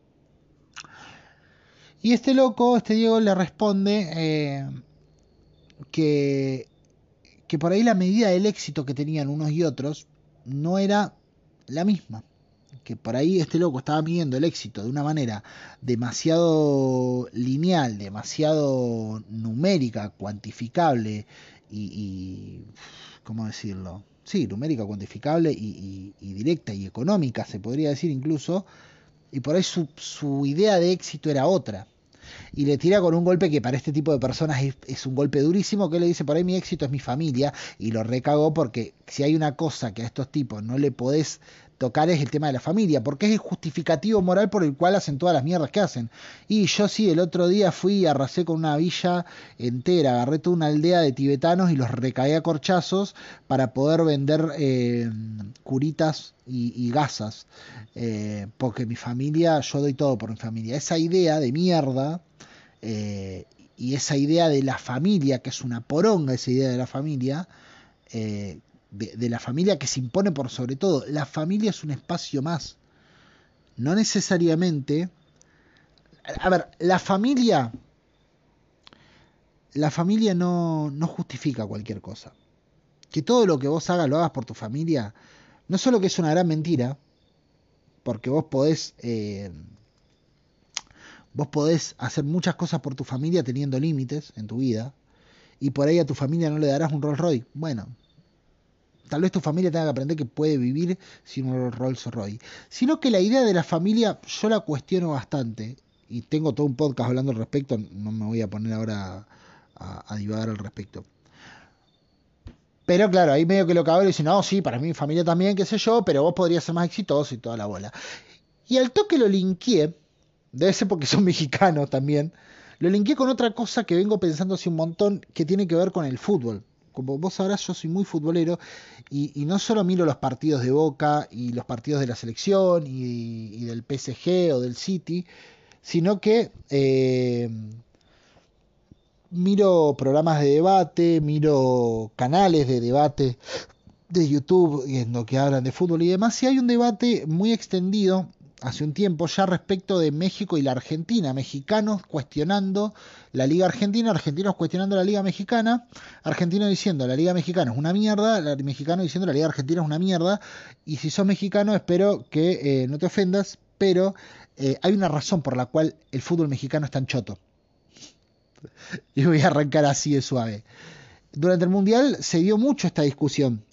Speaker 1: Y este loco, este Diego le responde eh, que, que por ahí la medida del éxito que tenían unos y otros no era la misma. Que por ahí este loco estaba midiendo el éxito de una manera demasiado lineal, demasiado numérica, cuantificable y, y ¿cómo decirlo? Sí, numérica, cuantificable y, y, y directa y económica, se podría decir incluso, y por ahí su, su idea de éxito era otra. Y le tira con un golpe que para este tipo de personas es, es un golpe durísimo, que le dice, por ahí mi éxito es mi familia, y lo recagó porque si hay una cosa que a estos tipos no le podés tocar es el tema de la familia, porque es el justificativo moral por el cual hacen todas las mierdas que hacen. Y yo sí, el otro día fui y arrasé con una villa entera, agarré toda una aldea de tibetanos y los recagué a corchazos para poder vender eh, curitas y, y gasas, eh, porque mi familia, yo doy todo por mi familia. Esa idea de mierda eh, y esa idea de la familia, que es una poronga esa idea de la familia, eh, De, de la familia que se impone por sobre todo. La familia es un espacio más. No necesariamente. A ver, la familia. La familia no, no justifica cualquier cosa. Que todo lo que vos hagas lo hagas por tu familia. No solo que es una gran mentira. Porque vos podés. Eh, vos podés hacer muchas cosas por tu familia teniendo límites en tu vida. Y por ahí a tu familia no le darás un Rolls Royce. Bueno. Tal vez tu familia tenga que aprender que puede vivir sin un Rolls Royce. Sino que la idea de la familia yo la cuestiono bastante. Y tengo todo un podcast hablando al respecto. No me voy a poner ahora a, a divagar al respecto. Pero claro, ahí medio que lo cabrón dice, no, sí, para mí mi familia también, qué sé yo, pero vos podrías ser más exitoso y toda la bola. Y al toque lo linkeé, debe ser porque son mexicanos también, lo linkeé con otra cosa que vengo pensando hace un montón que tiene que ver con el fútbol. Como vos sabrás, yo soy muy futbolero y, y no solo miro los partidos de Boca y los partidos de la selección y, y del P S G o del City, sino que eh, miro programas de debate, miro canales de debate de YouTube en lo que hablan de fútbol y demás. Y hay un debate muy extendido hace un tiempo ya respecto de México y la Argentina, mexicanos cuestionando la Liga Argentina, argentinos cuestionando la Liga Mexicana, argentinos diciendo la Liga Mexicana es una mierda, la mexicano diciendo la Liga Argentina es una mierda, y si sos mexicano espero que eh, no te ofendas, pero eh, hay una razón por la cual el fútbol mexicano es tan choto. Y voy a arrancar así de suave. Durante el Mundial se dio mucho esta discusión.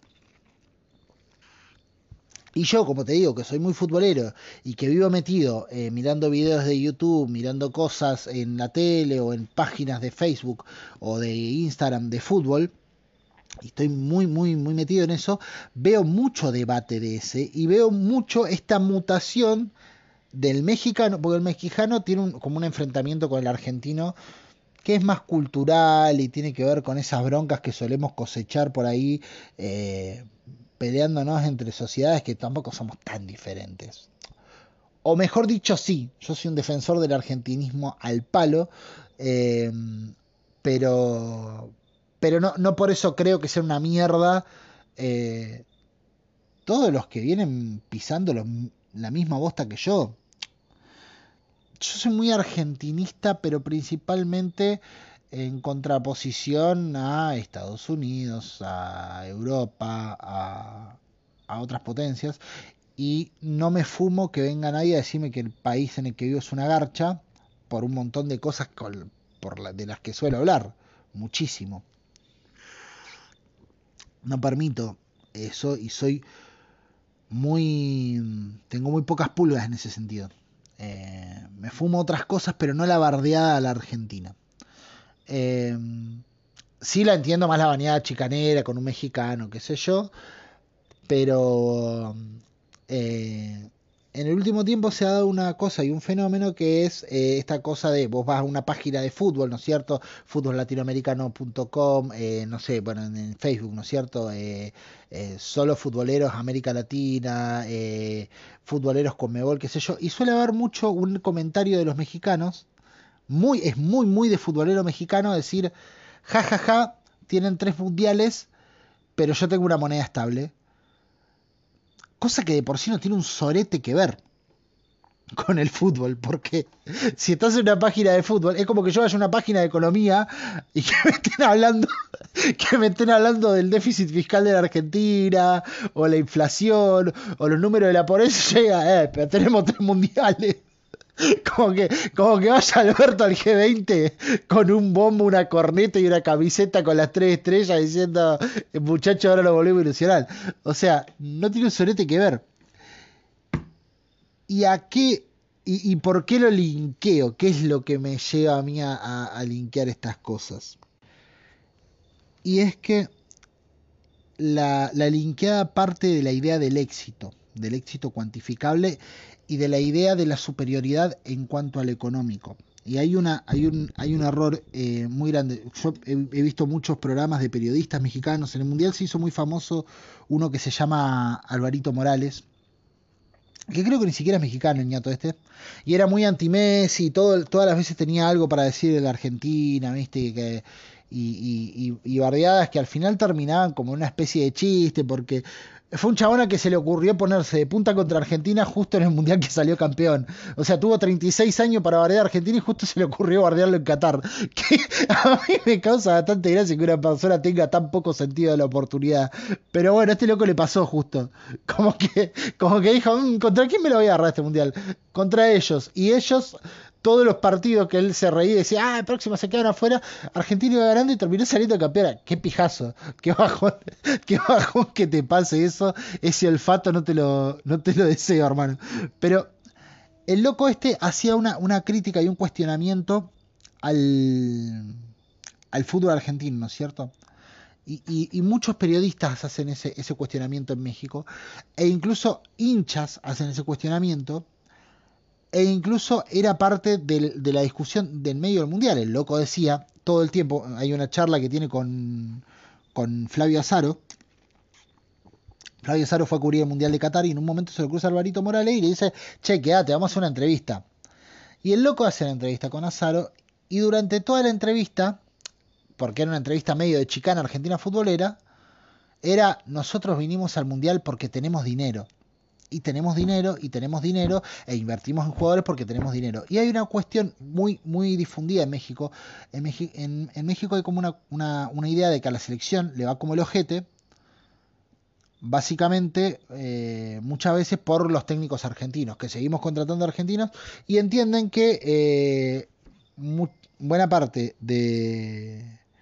Speaker 1: Y yo, como te digo, que soy muy futbolero y que vivo metido eh, mirando videos de YouTube, mirando cosas en la tele o en páginas de Facebook o de Instagram de fútbol, y estoy muy, muy, muy metido en eso, veo mucho debate de ese y veo mucho esta mutación del mexicano, porque el mexicano tiene un, como un enfrentamiento con el argentino que es más cultural y tiene que ver con esas broncas que solemos cosechar por ahí, eh, peleándonos entre sociedades que tampoco somos tan diferentes. O mejor dicho, sí, yo soy un defensor del argentinismo al palo, eh, pero, pero no, no por eso creo que sea una mierda eh, todos los que vienen pisando los, la misma bosta que yo. Yo soy muy argentinista, pero principalmente en contraposición a Estados Unidos, a Europa, a, a otras potencias, y no me fumo que venga nadie a decirme que el país en el que vivo es una garcha por un montón de cosas con, por la, de las que suelo hablar, muchísimo. No permito eso y soy muy... tengo muy pocas pulgas en ese sentido. Eh, me fumo otras cosas, pero no la bardeada a la Argentina. Eh, sí la entiendo más la bañada chicanera con un mexicano, qué sé yo, pero eh, en el último tiempo se ha dado una cosa y un fenómeno que es eh, esta cosa de vos vas a una página de fútbol, ¿no es cierto? fútbol latinoamericano punto com, eh, no sé, bueno, en, en Facebook, ¿no es cierto? Eh, eh, solo futboleros América Latina, eh, futboleros Conmebol, qué sé yo, y suele haber mucho un comentario de los mexicanos. Muy, es muy, muy de futbolero mexicano decir, ja, ja, ja, tienen tres mundiales, pero yo tengo una moneda estable. Cosa que de por sí no tiene un sorete que ver con el fútbol, porque si estás en una página de fútbol, es como que yo vaya a una página de economía y que me estén hablando, que me estén hablando del déficit fiscal de la Argentina, o la inflación, o los números de la pobreza, y llega, eh, pero tenemos tres mundiales. Como que, como que vaya Alberto al G veinte con un bombo, una corneta y una camiseta con las tres estrellas diciendo, muchachos, ahora lo volvemos a ilusionar. O sea, no tiene un sorete que ver. ¿Y a qué? ¿Y, y por qué lo linkeo? ¿Qué es lo que me lleva a mí a, a, a linkear estas cosas? Y es que la, la linkeada parte de la idea del éxito, del éxito cuantificable y de la idea de la superioridad en cuanto al económico. Y hay una hay un hay un error eh, muy grande. Yo he, he visto muchos programas de periodistas mexicanos. En el Mundial se hizo muy famoso uno que se llama Alvarito Morales, que creo que ni siquiera es mexicano el ñato este, y era muy anti-Messi, y todo, todas las veces tenía algo para decir de la Argentina, ¿viste? Que, y, y, y, y bardeadas que al final terminaban como una especie de chiste, porque fue un chabón a que se le ocurrió ponerse de punta contra Argentina justo en el Mundial que salió campeón. O sea, tuvo treinta y seis años para bardear a Argentina y justo se le ocurrió bardearlo en Qatar. Que a mí me causa bastante gracia que una persona tenga tan poco sentido de la oportunidad. Pero bueno, a este loco le pasó justo. Como que, como que dijo, mmm, ¿contra quién me lo voy a agarrar este Mundial? Contra ellos. Y ellos... todos los partidos que él se reía y decía, ah, el próximo se quedan afuera, Argentina iba ganando y terminó saliendo campeona. Qué pijazo, qué bajón, qué bajón que te pase eso, ese olfato no te lo, no te lo deseo, hermano. Pero el loco este hacía una, una crítica y un cuestionamiento al, al fútbol argentino, ¿no es cierto? Y, y, y muchos periodistas hacen ese, ese cuestionamiento en México, e incluso hinchas hacen ese cuestionamiento. E incluso era parte de, de la discusión del medio del mundial. El loco decía todo el tiempo, hay una charla que tiene con, con Flavio Azaro. Flavio Azaro fue a cubrir el mundial de Qatar y en un momento se lo cruza Alvarito Morales y le dice, che, quédate, vamos a hacer una entrevista. Y el loco hace la entrevista con Azaro y durante toda la entrevista, porque era una entrevista medio de chicana argentina futbolera, era nosotros vinimos al mundial porque tenemos dinero. y tenemos dinero, y tenemos dinero, e invertimos en jugadores porque tenemos dinero. Y hay una cuestión muy, muy difundida en México. En, Meji en, en México hay como una, una, una idea de que a la selección le va como el ojete, básicamente eh, muchas veces por los técnicos argentinos, que seguimos contratando argentinos, y entienden que eh, mu buena parte de,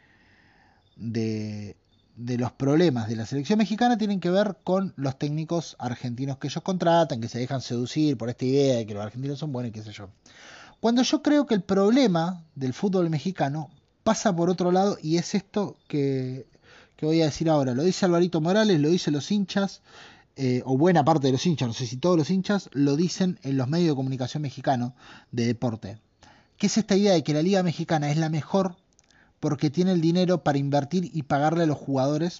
Speaker 1: de, de los problemas de la selección mexicana tienen que ver con los técnicos argentinos que ellos contratan, que se dejan seducir por esta idea de que los argentinos son buenos y qué sé yo. Cuando yo creo que el problema del fútbol mexicano pasa por otro lado, y es esto que, que voy a decir ahora. Lo dice Alvarito Morales, lo dicen los hinchas, eh, o buena parte de los hinchas, no sé si todos los hinchas, lo dicen en los medios de comunicación mexicanos de deporte. Que es esta idea de que la Liga Mexicana es la mejor porque tiene el dinero para invertir y pagarle a los jugadores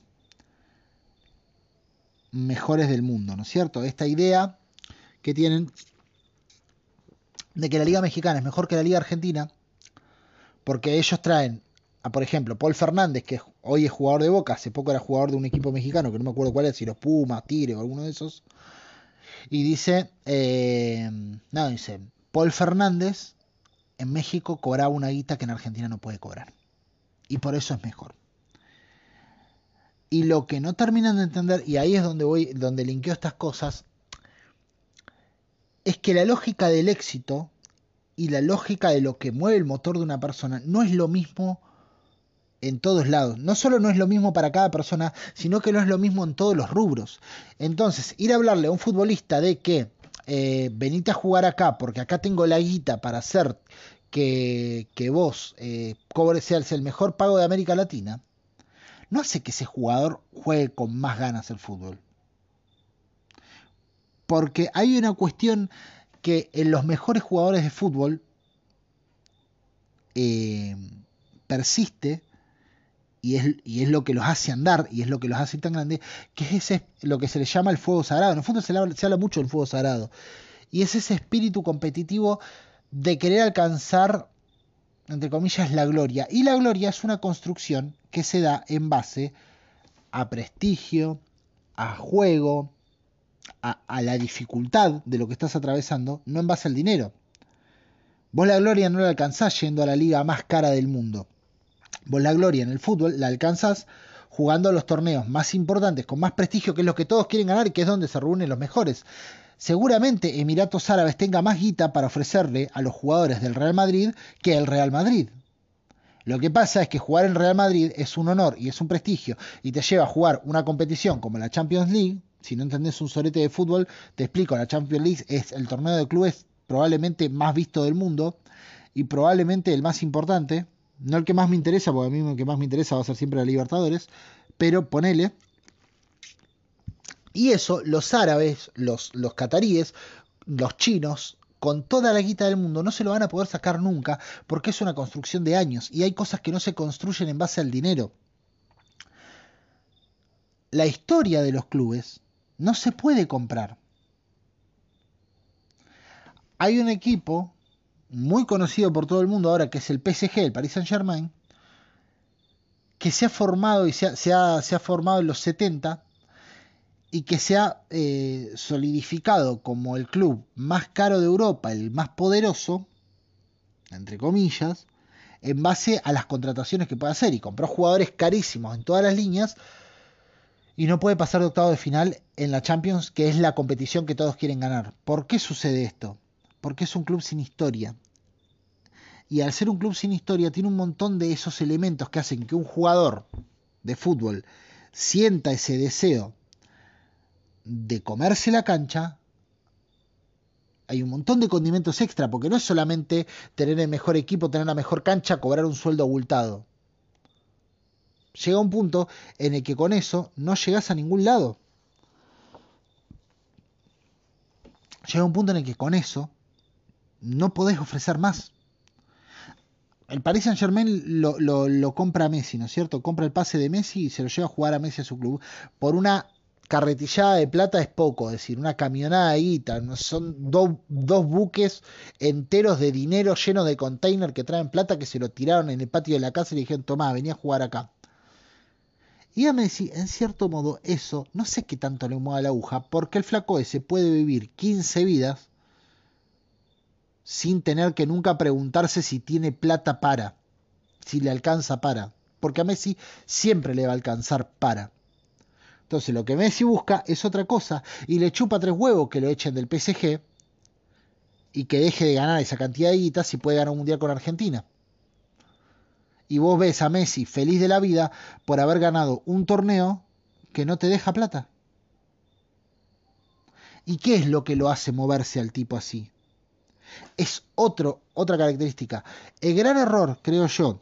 Speaker 1: mejores del mundo, ¿no es cierto? Esta idea que tienen de que la Liga Mexicana es mejor que la Liga Argentina porque ellos traen a, por ejemplo, Paul Fernández, que hoy es jugador de Boca, hace poco era jugador de un equipo mexicano, que no me acuerdo cuál es, si los Pumas, Tigre o alguno de esos, y dice, eh, no, dice, Paul Fernández en México cobraba una guita que en Argentina no puede cobrar, y por eso es mejor. Y lo que no terminan de entender, y ahí es donde voy, donde linkeo estas cosas, es que la lógica del éxito y la lógica de lo que mueve el motor de una persona no es lo mismo en todos lados. No solo no es lo mismo para cada persona, sino que no es lo mismo en todos los rubros. Entonces, ir a hablarle a un futbolista de que eh, venite a jugar acá, porque acá tengo la guita para hacer que, que vos eh, cobres, seas el mejor pago de América Latina, no hace que ese jugador juegue con más ganas el fútbol. Porque hay una cuestión que en los mejores jugadores de fútbol eh, persiste, y es, y es lo que los hace andar, y es lo que los hace tan grandes, que es ese, lo que se le llama el fuego sagrado. En el fondo se, le habla, se habla mucho del fuego sagrado, y es ese espíritu competitivo de querer alcanzar, entre comillas, la gloria. Y la gloria es una construcción que se da en base a prestigio, a juego, a, a la dificultad de lo que estás atravesando, no en base al dinero. Vos la gloria no la alcanzás yendo a la liga más cara del mundo. Vos la gloria en el fútbol la alcanzás jugando a los torneos más importantes, con más prestigio, que es lo que todos quieren ganar y que es donde se reúnen los mejores. Seguramente Emiratos Árabes tenga más guita para ofrecerle a los jugadores del Real Madrid que el Real Madrid. Lo que pasa es que jugar en Real Madrid es un honor y es un prestigio y te lleva a jugar una competición como la Champions League. Si no entendés un sorete de fútbol, te explico, la Champions League es el torneo de clubes probablemente más visto del mundo y probablemente el más importante. No el que más me interesa, porque a mí el que más me interesa va a ser siempre la Libertadores, pero ponele. Y eso, los árabes, los, los cataríes, los chinos, con toda la guita del mundo, no se lo van a poder sacar nunca, porque es una construcción de años, y hay cosas que no se construyen en base al dinero. La historia de los clubes no se puede comprar. Hay un equipo muy conocido por todo el mundo ahora, que es el P S G, el Paris Saint-Germain, que se ha formado y se ha, se ha, se ha formado en los setenta y que se ha eh, solidificado como el club más caro de Europa, el más poderoso, entre comillas, en base a las contrataciones que puede hacer, y compró jugadores carísimos en todas las líneas y no puede pasar de octavo de final en la Champions, que es la competición que todos quieren ganar. ¿Por qué sucede esto? Porque es un club sin historia. Y al ser un club sin historia tiene un montón de esos elementos que hacen que un jugador de fútbol sienta ese deseo de comerse la cancha. Hay un montón de condimentos extra, porque no es solamente tener el mejor equipo, tener la mejor cancha, cobrar un sueldo abultado. Llega un punto en el que con eso no llegas a ningún lado. Llega un punto en el que con eso no podés ofrecer más. El Paris Saint-Germain lo, lo, lo compra a Messi, ¿no es cierto? Compra el pase de Messi y se lo lleva a jugar a Messi a su club. Por una carretillada de plata es poco, es decir, una camionada de guita. Son do, dos buques enteros de dinero llenos de container que traen plata, que se lo tiraron en el patio de la casa y le dijeron, tomá, vení a jugar acá. Y a Messi, en cierto modo, eso, no sé qué tanto le mueva la aguja, porque el flaco ese puede vivir quince vidas sin tener que nunca preguntarse si tiene plata para, si le alcanza para, porque a Messi siempre le va a alcanzar para. Entonces lo que Messi busca es otra cosa, y le chupa tres huevos que lo echen del P S G y que deje de ganar esa cantidad de guitas si puede ganar un mundial con Argentina. Y vos ves a Messi feliz de la vida por haber ganado un torneo que no te deja plata. ¿Y qué es lo que lo hace moverse al tipo así? Es otro, otra característica. El gran error, creo yo,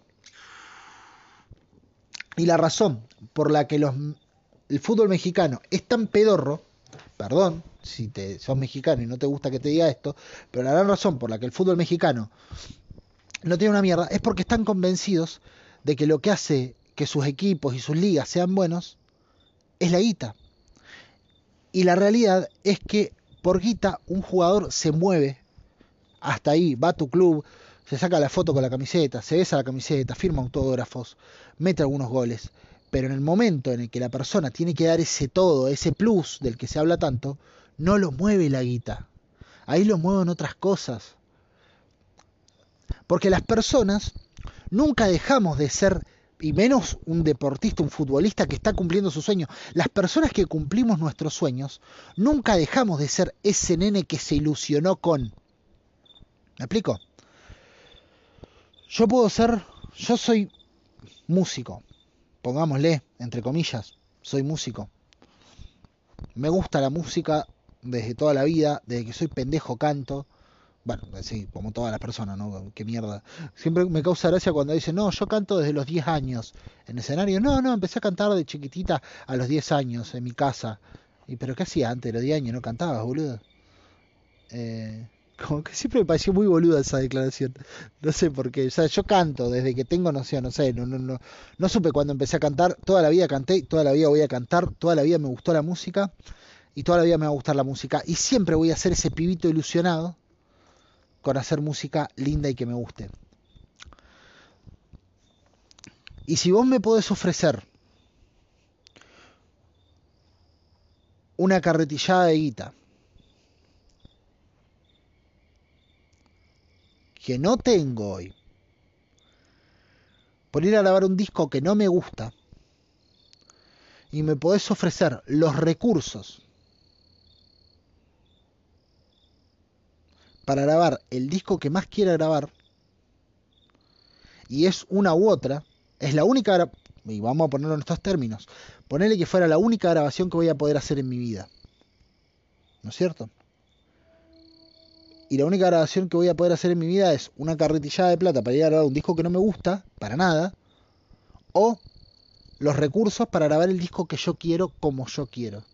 Speaker 1: y la razón por la que los, el fútbol mexicano es tan pedorro, perdón si te, sos mexicano y no te gusta que te diga esto, pero la gran razón por la que el fútbol mexicano no tiene una mierda es porque están convencidos de que lo que hace que sus equipos y sus ligas sean buenos es la guita. Y la realidad es que por guita un jugador se mueve hasta ahí, va a tu club, se saca la foto con la camiseta, se besa la camiseta, firma autógrafos, mete algunos goles. Pero en el momento en el que la persona tiene que dar ese todo, ese plus del que se habla tanto, no lo mueve la guita. Ahí lo mueven otras cosas. Porque las personas nunca dejamos de ser, y menos un deportista, un futbolista que está cumpliendo su sueño. Las personas que cumplimos nuestros sueños, nunca dejamos de ser ese nene que se ilusionó con. ¿Me explico? Yo puedo ser, yo soy músico, pongámosle, entre comillas, soy músico. Me gusta la música desde toda la vida, desde que soy pendejo canto. Bueno, sí, como todas las personas, ¿no? Qué mierda. Siempre me causa gracia cuando dicen, no, yo canto desde los diez años en escenario. No, no, empecé a cantar de chiquitita a los diez años en mi casa. ¿Y pero qué hacía antes de los diez años? ¿No cantabas, boludo? Eh, como que siempre me pareció muy boluda esa declaración. No sé por qué. O sea, yo canto desde que tengo noción, no sé, no, no, no, no supe cuándo empecé a cantar. Toda la vida canté, toda la vida voy a cantar, toda la vida me gustó la música y toda la vida me va a gustar la música. Y siempre voy a ser ese pibito ilusionado con hacer música linda y que me guste. Y si vos me podés ofrecer una carretillada de guita que no tengo hoy, por ir a grabar un disco que no me gusta, y me podés ofrecer los recursos para grabar el disco que más quiera grabar, y es una u otra, es la única, y vamos a ponerlo en estos términos, ponele que fuera la única grabación que voy a poder hacer en mi vida, ¿no es cierto? Y la única grabación que voy a poder hacer en mi vida es una carretillada de plata para ir a grabar un disco que no me gusta, para nada, o los recursos para grabar el disco que yo quiero como yo quiero.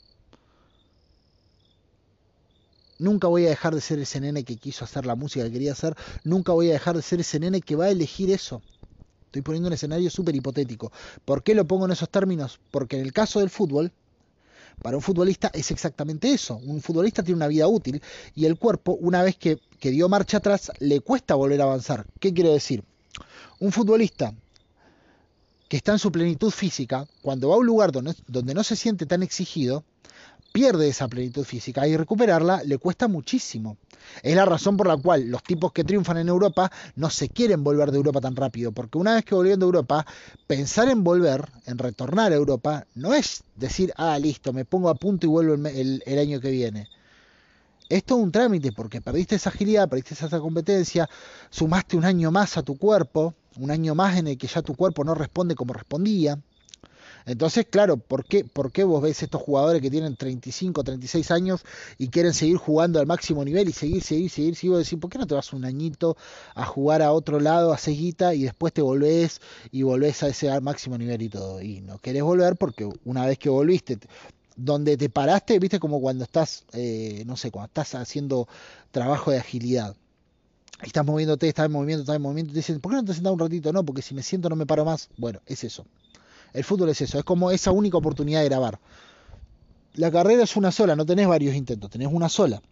Speaker 1: Nunca voy a dejar de ser ese nene que quiso hacer la música que quería hacer. Nunca voy a dejar de ser ese nene que va a elegir eso. Estoy poniendo un escenario súper hipotético. ¿Por qué lo pongo en esos términos? Porque en el caso del fútbol, para un futbolista es exactamente eso. Un futbolista tiene una vida útil y el cuerpo, una vez que, que dio marcha atrás, le cuesta volver a avanzar. ¿Qué quiero decir? Un futbolista que está en su plenitud física, cuando va a un lugar donde, donde no se siente tan exigido, pierde esa plenitud física y recuperarla le cuesta muchísimo. Es la razón por la cual los tipos que triunfan en Europa no se quieren volver de Europa tan rápido, porque una vez que volvieron de Europa, pensar en volver, en retornar a Europa, no es decir, ah, listo, me pongo a punto y vuelvo el, el, el año que viene. Es todo un trámite, porque perdiste esa agilidad, perdiste esa competencia, sumaste un año más a tu cuerpo, un año más en el que ya tu cuerpo no responde como respondía. Entonces, claro, ¿por qué, ¿por qué vos ves estos jugadores que tienen treinta y cinco, treinta y seis años y quieren seguir jugando al máximo nivel y seguir, seguir, seguir, seguir? Vos decís, ¿por qué no te vas un añito a jugar a otro lado, a seguita, y después te volvés y volvés a ese máximo nivel y todo? Y no querés volver porque una vez que volviste, donde te paraste, viste como cuando estás, eh, no sé, cuando estás haciendo trabajo de agilidad. Estás moviéndote, estás en movimiento, estás en movimiento, y te dicen, ¿por qué no te sentás un ratito? No, porque si me siento no me paro más. Bueno, es eso. El fútbol es eso, es como esa única oportunidad de grabar. La carrera es una sola, no tenés varios intentos, tenés una sola.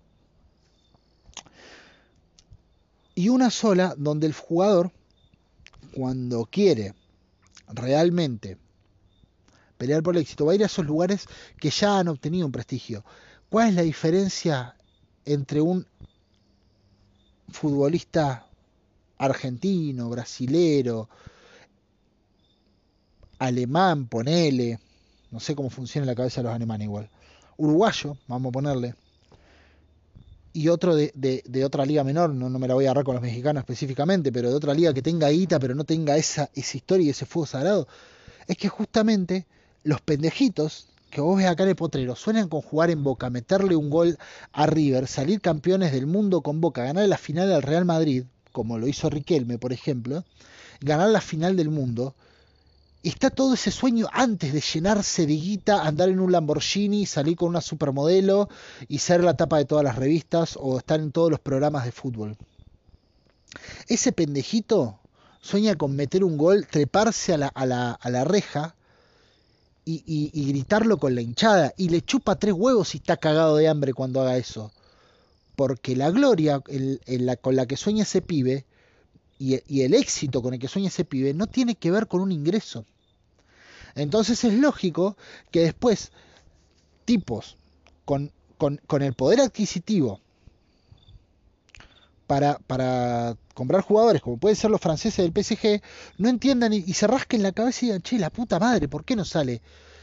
Speaker 1: Y una sola donde el jugador, cuando quiere realmente pelear por el éxito, va a ir a esos lugares que ya han obtenido un prestigio. ¿Cuál es la diferencia entre un futbolista argentino, brasilero, alemán, ponele, no sé cómo funciona en la cabeza de los alemanes igual, uruguayo, vamos a ponerle, y otro de, de, de otra liga menor, no, no me la voy a agarrar con los mexicanos específicamente, pero de otra liga que tenga guita, pero no tenga esa, esa historia y ese fuego sagrado? Es que justamente los pendejitos que vos ves acá en el potrero sueñan con jugar en Boca, meterle un gol a River, salir campeones del mundo con Boca, ganar la final al Real Madrid, como lo hizo Riquelme, por ejemplo, ganar la final del mundo. Y está todo ese sueño antes de llenarse de guita, andar en un Lamborghini, salir con una supermodelo y ser la tapa de todas las revistas o estar en todos los programas de fútbol. Ese pendejito sueña con meter un gol, treparse a la, a la, a la reja y, y, y gritarlo con la hinchada. Y le chupa tres huevos y está cagado de hambre cuando haga eso. Porque la gloria el, el, la, con la que sueña ese pibe y, y el éxito con el que sueña ese pibe no tiene que ver con un ingreso. Entonces es lógico que después tipos con, con, con el poder adquisitivo para, para comprar jugadores, como pueden ser los franceses del P S G, no entiendan y, y se rasquen la cabeza y digan, che, la puta madre, ¿por qué no sale?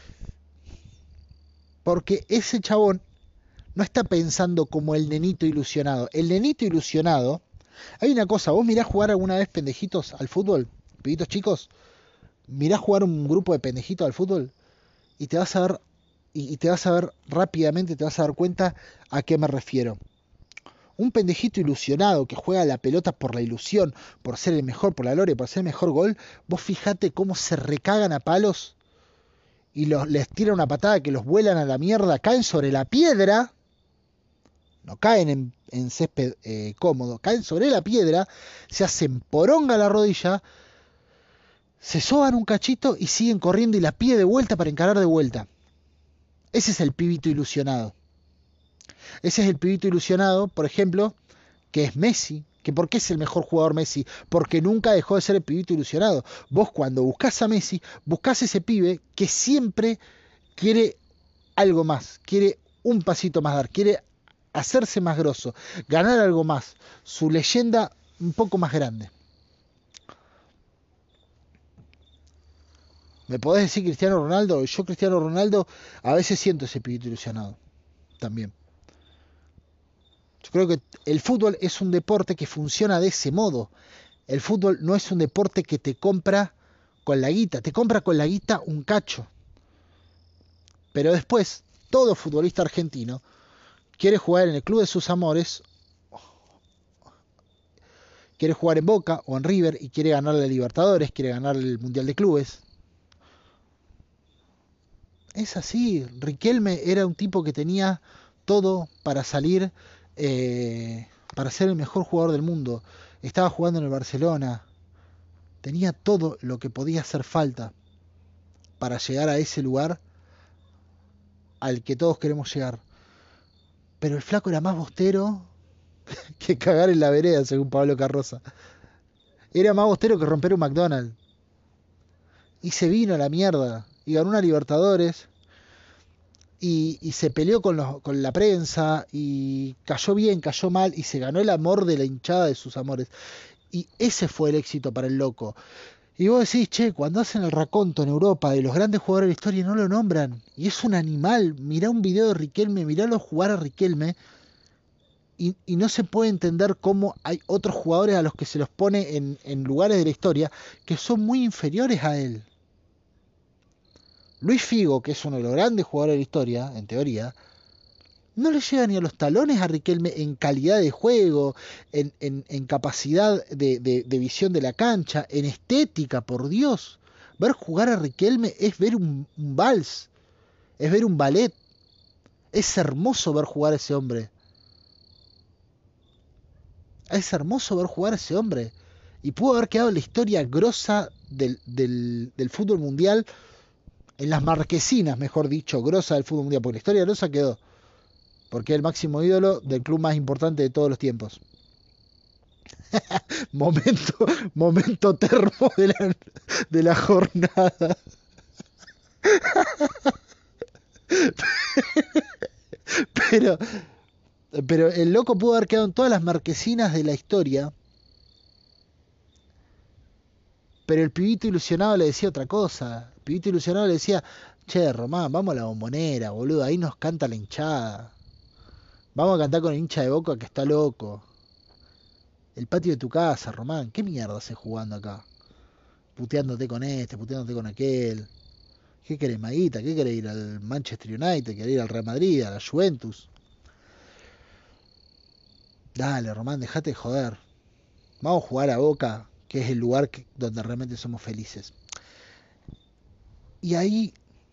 Speaker 1: Porque ese chabón no está pensando como el nenito ilusionado. El nenito ilusionado, hay una cosa, vos mirás jugar alguna vez pendejitos al fútbol, pibitos chicos, mirás jugar un grupo de pendejitos al fútbol y te vas a ver, y, y te vas a ver rápidamente, te vas a dar cuenta a qué me refiero. Un pendejito ilusionado que juega la pelota por la ilusión, por ser el mejor, por la gloria, por hacer el mejor gol, vos fijate cómo se recagan a palos y los, les tiran una patada que los vuelan a la mierda, caen sobre la piedra, no caen en, en césped eh, cómodo, caen sobre la piedra, se hacen poronga la rodilla, se soban un cachito y siguen corriendo y la pie de vuelta para encarar de vuelta. Ese es el pibito ilusionado. Ese es el pibito ilusionado, por ejemplo, que es Messi. ¿Que ¿Por qué es el mejor jugador Messi? Porque nunca dejó de ser el pibito ilusionado. Vos cuando buscás a Messi, buscás ese pibe que siempre quiere algo más, quiere un pasito más dar, quiere hacerse más grosso, ganar algo más, su leyenda un poco más grande. ¿Me podés decir Cristiano Ronaldo? Yo Cristiano Ronaldo a veces siento ese pibito ilusionado también. Yo creo que el fútbol es un deporte que funciona de ese modo. El fútbol no es un deporte que te compra con la guita, te compra con la guita un cacho. Pero después, todo futbolista argentino quiere jugar en el club de sus amores, quiere jugar en Boca o en River y quiere ganar la Libertadores, quiere ganar el Mundial de Clubes. Es así. Riquelme era un tipo que tenía todo para salir, eh, para ser el mejor jugador del mundo. Estaba jugando en el Barcelona. Tenía todo lo que podía hacer falta para llegar a ese lugar al que todos queremos llegar. Pero el flaco era más bostero que cagar en la vereda, según Pablo Carroza. Era más bostero que romper un McDonald's. Y se vino a la mierda. Y ganó una Libertadores. Y, y se peleó con, los, con la prensa. Y cayó bien, cayó mal. Y se ganó el amor de la hinchada de sus amores. Y ese fue el éxito para el loco. Y vos decís, che, cuando hacen el raconto en Europa de los grandes jugadores de la historia no lo nombran. Y es un animal. Mirá un video de Riquelme, miralo jugar a Riquelme. Y, y no se puede entender cómo hay otros jugadores a los que se los pone en, en lugares de la historia que son muy inferiores a él. Luis Figo, que es uno de los grandes jugadores de la historia, en teoría, no le llega ni a los talones a Riquelme en calidad de juego, en, en, en capacidad de, de, de visión de la cancha, en estética, por Dios. Ver jugar a Riquelme es ver un, un vals, es ver un ballet. Es hermoso ver jugar a ese hombre. Es hermoso ver jugar a ese hombre. Y pudo haber quedado la historia grosa del, del, del fútbol mundial, en las marquesinas, mejor dicho, grosa del fútbol mundial, porque la historia grosa quedó. Porque es el máximo ídolo del club más importante de todos los tiempos. momento, momento termo de la, de la jornada. Pero, pero el loco pudo haber quedado en todas las marquesinas de la historia. Pero el pibito ilusionado le decía otra cosa. El pibito ilusionado le decía, che, Román, vamos a la Bombonera, boludo, ahí nos canta la hinchada. Vamos a cantar con el hincha de Boca que está loco. El patio de tu casa, Román, ¿qué mierda haces jugando acá? Puteándote con este, puteándote con aquel. ¿Qué querés, Maguita? ¿Qué querés ir al Manchester United? ¿Querés ir al Real Madrid, a la Juventus? Dale, Román, dejate de joder. Vamos a jugar a Boca, que es el lugar que, donde realmente somos felices. Y ahí,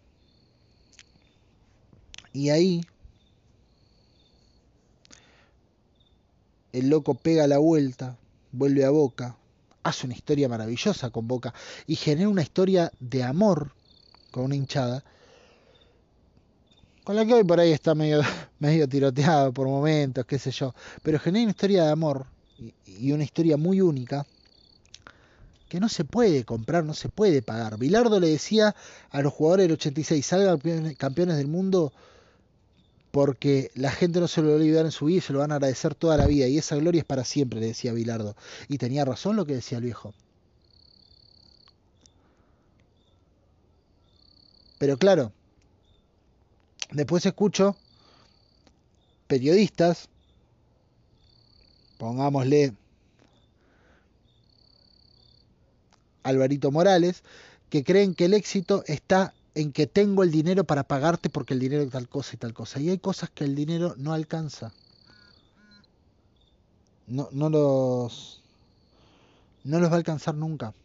Speaker 1: y ahí, el loco pega la vuelta, vuelve a Boca, hace una historia maravillosa con Boca y genera una historia de amor con una hinchada, con la que hoy por ahí está medio, medio tiroteado por momentos, qué sé yo, pero genera una historia de amor y, y una historia muy única que no se puede comprar, no se puede pagar. Bilardo le decía a los jugadores del ochenta y seis, salgan campeones del mundo porque la gente no se lo va a olvidar en su vida y se lo van a agradecer toda la vida, y esa gloria es para siempre, le decía Bilardo. Y tenía razón lo que decía el viejo. Pero claro, después escucho periodistas, pongámosle Alvarito Morales, que creen que el éxito está en que tengo el dinero para pagarte porque el dinero es tal cosa y tal cosa. Y hay cosas que el dinero no alcanza. No, no los no los va a alcanzar nunca.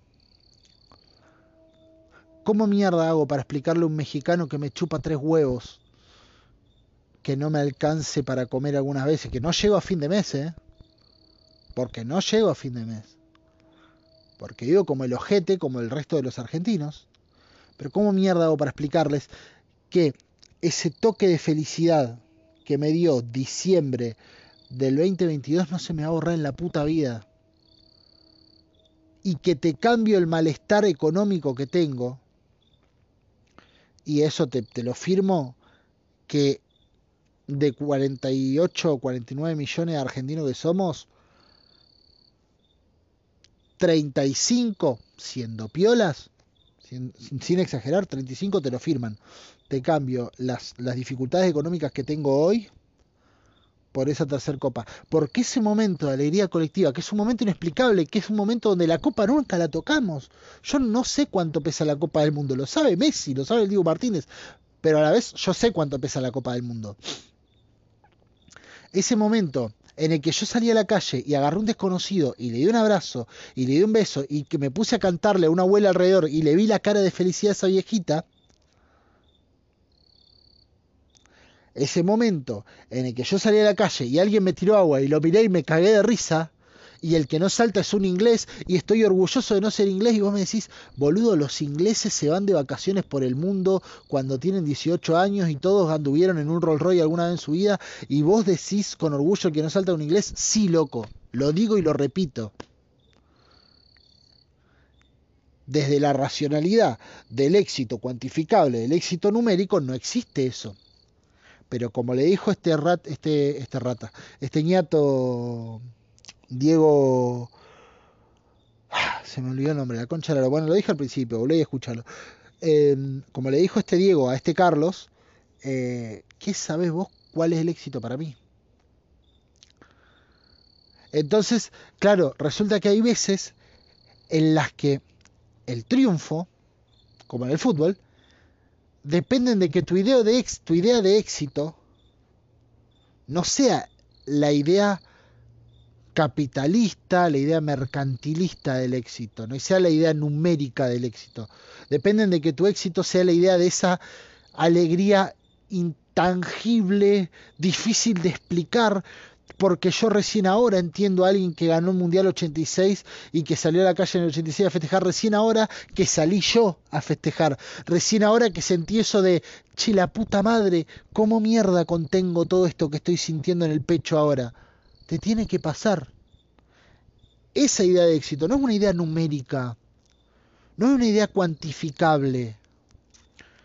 Speaker 1: ¿Cómo mierda hago para explicarle a un mexicano que me chupa tres huevos que no me alcance para comer algunas veces? Que no llego a fin de mes, ¿eh? Porque no llego a fin de mes. Porque vivo como el ojete, como el resto de los argentinos. Pero ¿cómo mierda hago para explicarles que ese toque de felicidad que me dio diciembre del veinte veintidós no se me va a borrar en la puta vida? Y que te cambio el malestar económico que tengo. Y eso te, te lo firmo, que de cuarenta y ocho o cuarenta y nueve millones de argentinos que somos, treinta y cinco, siendo piolas, sin, sin exagerar, treinta y cinco te lo firman. Te cambio las, las dificultades económicas que tengo hoy por esa tercer copa. Porque ese momento de alegría colectiva, que es un momento inexplicable, que es un momento donde la copa nunca la tocamos. Yo no sé cuánto pesa la Copa del Mundo, lo sabe Messi, lo sabe el Diego Martínez, pero a la vez yo sé cuánto pesa la Copa del Mundo. Ese momento en el que yo salí a la calle y agarré un desconocido y le di un abrazo y le di un beso y que me puse a cantarle a una abuela alrededor y le vi la cara de felicidad a esa viejita, ese momento en el que yo salí a la calle y alguien me tiró agua y lo miré y me cagué de risa, y el que no salta es un inglés y estoy orgulloso de no ser inglés, y vos me decís, boludo, los ingleses se van de vacaciones por el mundo cuando tienen dieciocho años y todos anduvieron en un Rolls Royce alguna vez en su vida, y vos decís con orgullo que no salta un inglés. Sí, loco, lo digo y lo repito. Desde la racionalidad del éxito cuantificable, del éxito numérico, no existe eso. Pero como le dijo este rat, este, este rata, este ñato Diego, se me olvidó el nombre, la concha de la, bueno, lo dije al principio, volví a escucharlo. Eh, como le dijo este Diego a este Carlos, eh, ¿qué sabés vos cuál es el éxito para mí? Entonces, claro, resulta que hay veces en las que el triunfo, como en el fútbol, dependen de que tu idea de, ex, tu idea de éxito no sea la idea capitalista, la idea mercantilista del éxito, no y sea la idea numérica del éxito. Dependen de que tu éxito sea la idea de esa alegría intangible, difícil de explicar, porque yo recién ahora entiendo a alguien que ganó el Mundial ochenta y seis y que salió a la calle en el ochenta y seis a festejar, recién ahora que salí yo a festejar, recién ahora que sentí eso de, che, la puta madre, ¿cómo mierda contengo todo esto que estoy sintiendo en el pecho ahora? Te tiene que pasar. Esa idea de éxito no es una idea numérica, no es una idea cuantificable,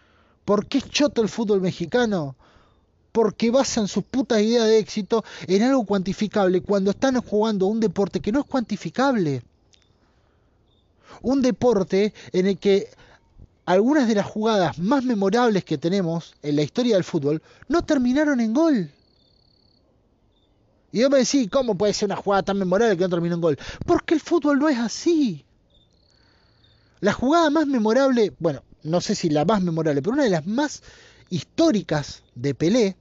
Speaker 1: ¿Por qué es choto el fútbol mexicano? Porque basan sus putas ideas de éxito en algo cuantificable cuando están jugando un deporte que no es cuantificable. Un deporte en el que algunas de las jugadas más memorables que tenemos en la historia del fútbol no terminaron en gol. Y yo me decís, ¿cómo puede ser una jugada tan memorable que no terminó en gol? Porque el fútbol no es así. La jugada más memorable, bueno, no sé si la más memorable, pero una de las más históricas de Pelé,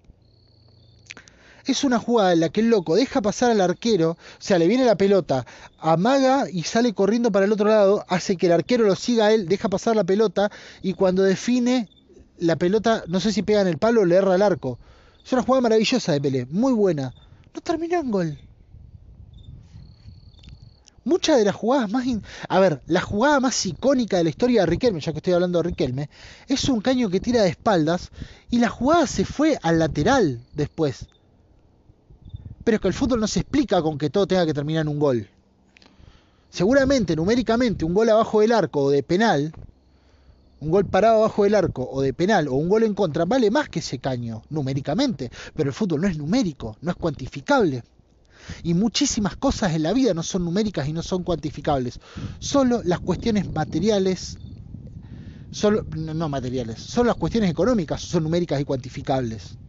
Speaker 1: es una jugada en la que el loco deja pasar al arquero, o sea, le viene la pelota, amaga y sale corriendo para el otro lado, hace que el arquero lo siga a él, deja pasar la pelota y cuando define, la pelota, no sé si pega en el palo o le erra al arco. Es una jugada maravillosa de Pelé, muy buena. No terminó en gol. Muchas de las jugadas más... In... A ver, la jugada más icónica de la historia de Riquelme, ya que estoy hablando de Riquelme, es un caño que tira de espaldas y la jugada se fue al lateral después. Pero es que el fútbol no se explica con que todo tenga que terminar en un gol. Seguramente, numéricamente, un gol abajo del arco o de penal, un gol parado abajo del arco o de penal o un gol en contra, vale más que ese caño, numéricamente. Pero el fútbol no es numérico, no es cuantificable. Y muchísimas cosas en la vida no son numéricas y no son cuantificables. Solo las cuestiones materiales, solo, no materiales, solo las cuestiones económicas son numéricas y cuantificables.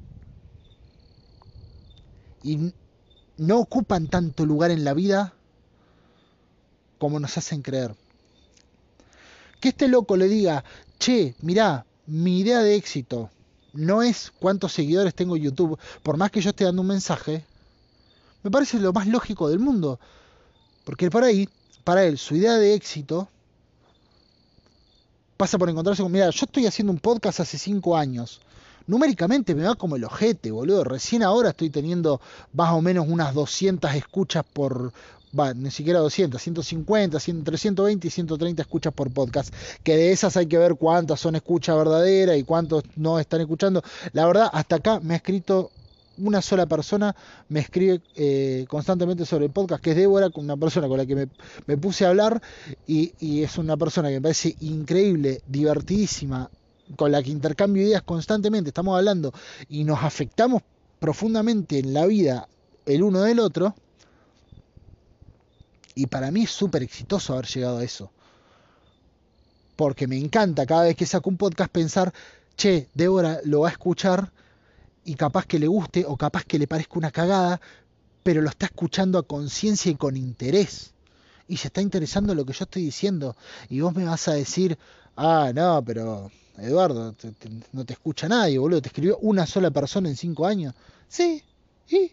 Speaker 1: Y no ocupan tanto lugar en la vida como nos hacen creer. Que este loco le diga, che, mirá, mi idea de éxito no es cuántos seguidores tengo en YouTube, por más que yo esté dando un mensaje, me parece lo más lógico del mundo. Porque por ahí, para él, su idea de éxito pasa por encontrarse con, mira, yo estoy haciendo un podcast hace cinco años. Numéricamente me va como el ojete, boludo. Recién ahora estoy teniendo más o menos unas doscientas escuchas por... Va, ni siquiera doscientas, ciento cincuenta, cien, entre ciento veinte y ciento treinta escuchas por podcast. Que de esas hay que ver cuántas son escuchas verdaderas y cuántos no están escuchando. La verdad, hasta acá me ha escrito... Una sola persona me escribe eh, constantemente sobre el podcast, que es Débora, una persona con la que me, me puse a hablar y, y es una persona que me parece increíble, divertidísima, con la que intercambio ideas constantemente, estamos hablando y nos afectamos profundamente en la vida el uno del otro. Y para mí es súper exitoso haber llegado a eso. Porque me encanta cada vez que saco un podcast pensar, che, Débora lo va a escuchar y capaz que le guste o capaz que le parezca una cagada, pero lo está escuchando a conciencia y con interés. Y se está interesando en lo que yo estoy diciendo. Y vos me vas a decir, ah, no, pero Eduardo, te, te, no te escucha nadie, boludo. Te escribió una sola persona en cinco años. Sí, ¿y?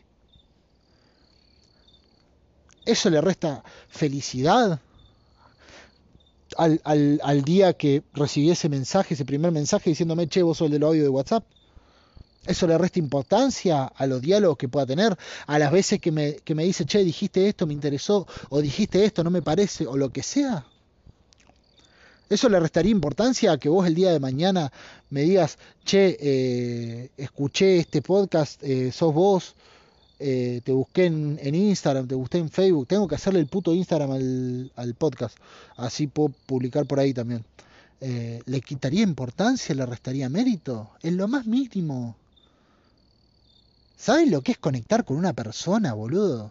Speaker 1: ¿Eso le resta felicidad al, al, al día que recibí ese mensaje, ese primer mensaje diciéndome, che, vos sos el del audio de WhatsApp? ¿Eso le resta importancia a los diálogos que pueda tener? A las veces que me, que me dice, che, dijiste esto, me interesó, o dijiste esto, no me parece, o lo que sea. ¿Eso le restaría importancia a que vos el día de mañana me digas, che, eh, escuché este podcast, eh, sos vos, eh, te busqué en, en Instagram, te busqué en Facebook, tengo que hacerle el puto Instagram al, al podcast, así puedo publicar por ahí también? Eh, ¿Le quitaría importancia, le restaría mérito? En lo más mínimo. ¿Sabes lo que es conectar con una persona, boludo?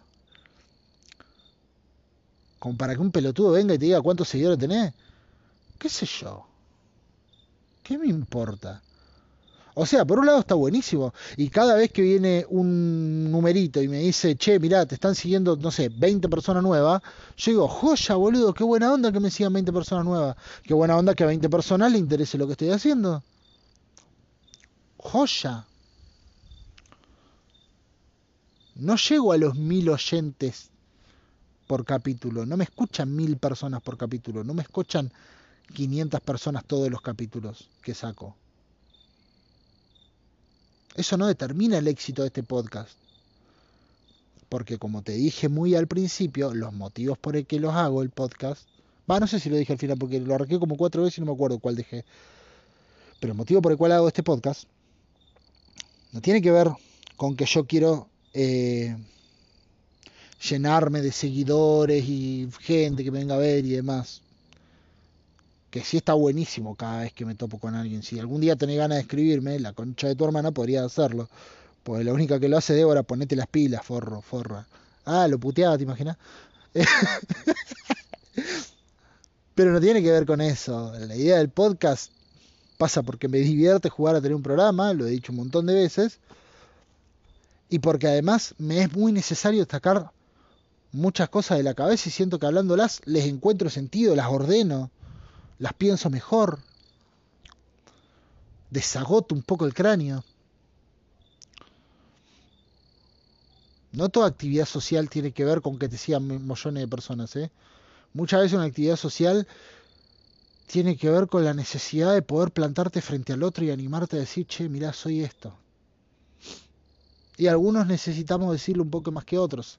Speaker 1: Como para que un pelotudo venga y te diga cuántos seguidores tenés. ¿Qué sé yo? ¿Qué me importa? O sea, por un lado está buenísimo. Y cada vez que viene un numerito y me dice, che, mirá, te están siguiendo, no sé, veinte personas nuevas, yo digo, joya, boludo, qué buena onda que me sigan veinte personas nuevas. Qué buena onda que a veinte personas le interese lo que estoy haciendo. Joya. No llego a los mil oyentes por capítulo. No me escuchan mil personas por capítulo. No me escuchan quinientas personas todos los capítulos que saco. Eso no determina el éxito de este podcast. Porque como te dije muy al principio, los motivos por el que los hago, el podcast... Va, no sé si lo dije al final porque lo arranqué como cuatro veces y no me acuerdo cuál dejé. Pero el motivo por el cual hago este podcast no tiene que ver con que yo quiero... Eh, llenarme de seguidores y gente que me venga a ver y demás, que sí está buenísimo cada vez que me topo con alguien. Si algún día tenés ganas de escribirme, la concha de tu hermana podría hacerlo. Pues la única que lo hace, Débora, ponete las pilas, forro, forra. Ah, lo puteaba, ¿te imaginas? Pero no tiene que ver con eso. La idea del podcast pasa porque me divierte jugar a tener un programa, lo he dicho un montón de veces, y porque además me es muy necesario destacar muchas cosas de la cabeza y siento que hablándolas les encuentro sentido, las ordeno, las pienso mejor, desagoto un poco el cráneo. No toda actividad social tiene que ver con que te sigan millones de personas, ¿eh? Muchas veces una actividad social tiene que ver con la necesidad de poder plantarte frente al otro y animarte a decir, che, mirá, soy esto. Y algunos necesitamos decirlo un poco más que otros.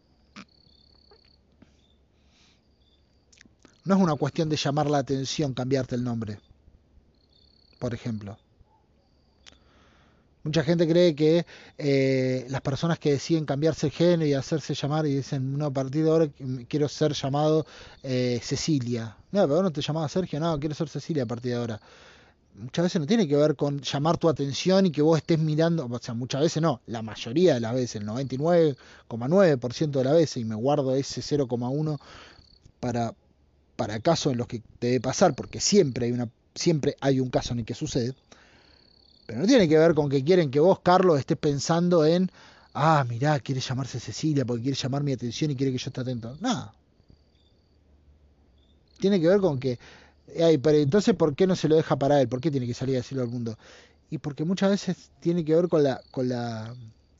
Speaker 1: No es una cuestión de llamar la atención, cambiarte el nombre, por ejemplo. Mucha gente cree que eh, las personas que deciden cambiarse el género y hacerse llamar y dicen, no, a partir de ahora quiero ser llamado eh, Cecilia. No, pero no te llamabas Sergio, no, quiero ser Cecilia a partir de ahora. Muchas veces no tiene que ver con llamar tu atención y que vos estés mirando, o sea, muchas veces no, la mayoría de las veces, el noventa y nueve coma nueve por ciento de las veces, y me guardo ese cero coma uno para, para casos en los que debe pasar, porque siempre hay, una, siempre hay un caso en el que sucede. Pero no tiene que ver con que quieren que vos, Carlos, estés pensando en, ah, mirá, quiere llamarse Cecilia porque quiere llamar mi atención y quiere que yo esté atento. Nada. Tiene que ver con que, ay, pero entonces, ¿por qué no se lo deja para él? ¿Por qué tiene que salir a decirlo al mundo? Y porque muchas veces tiene que ver con la, con la,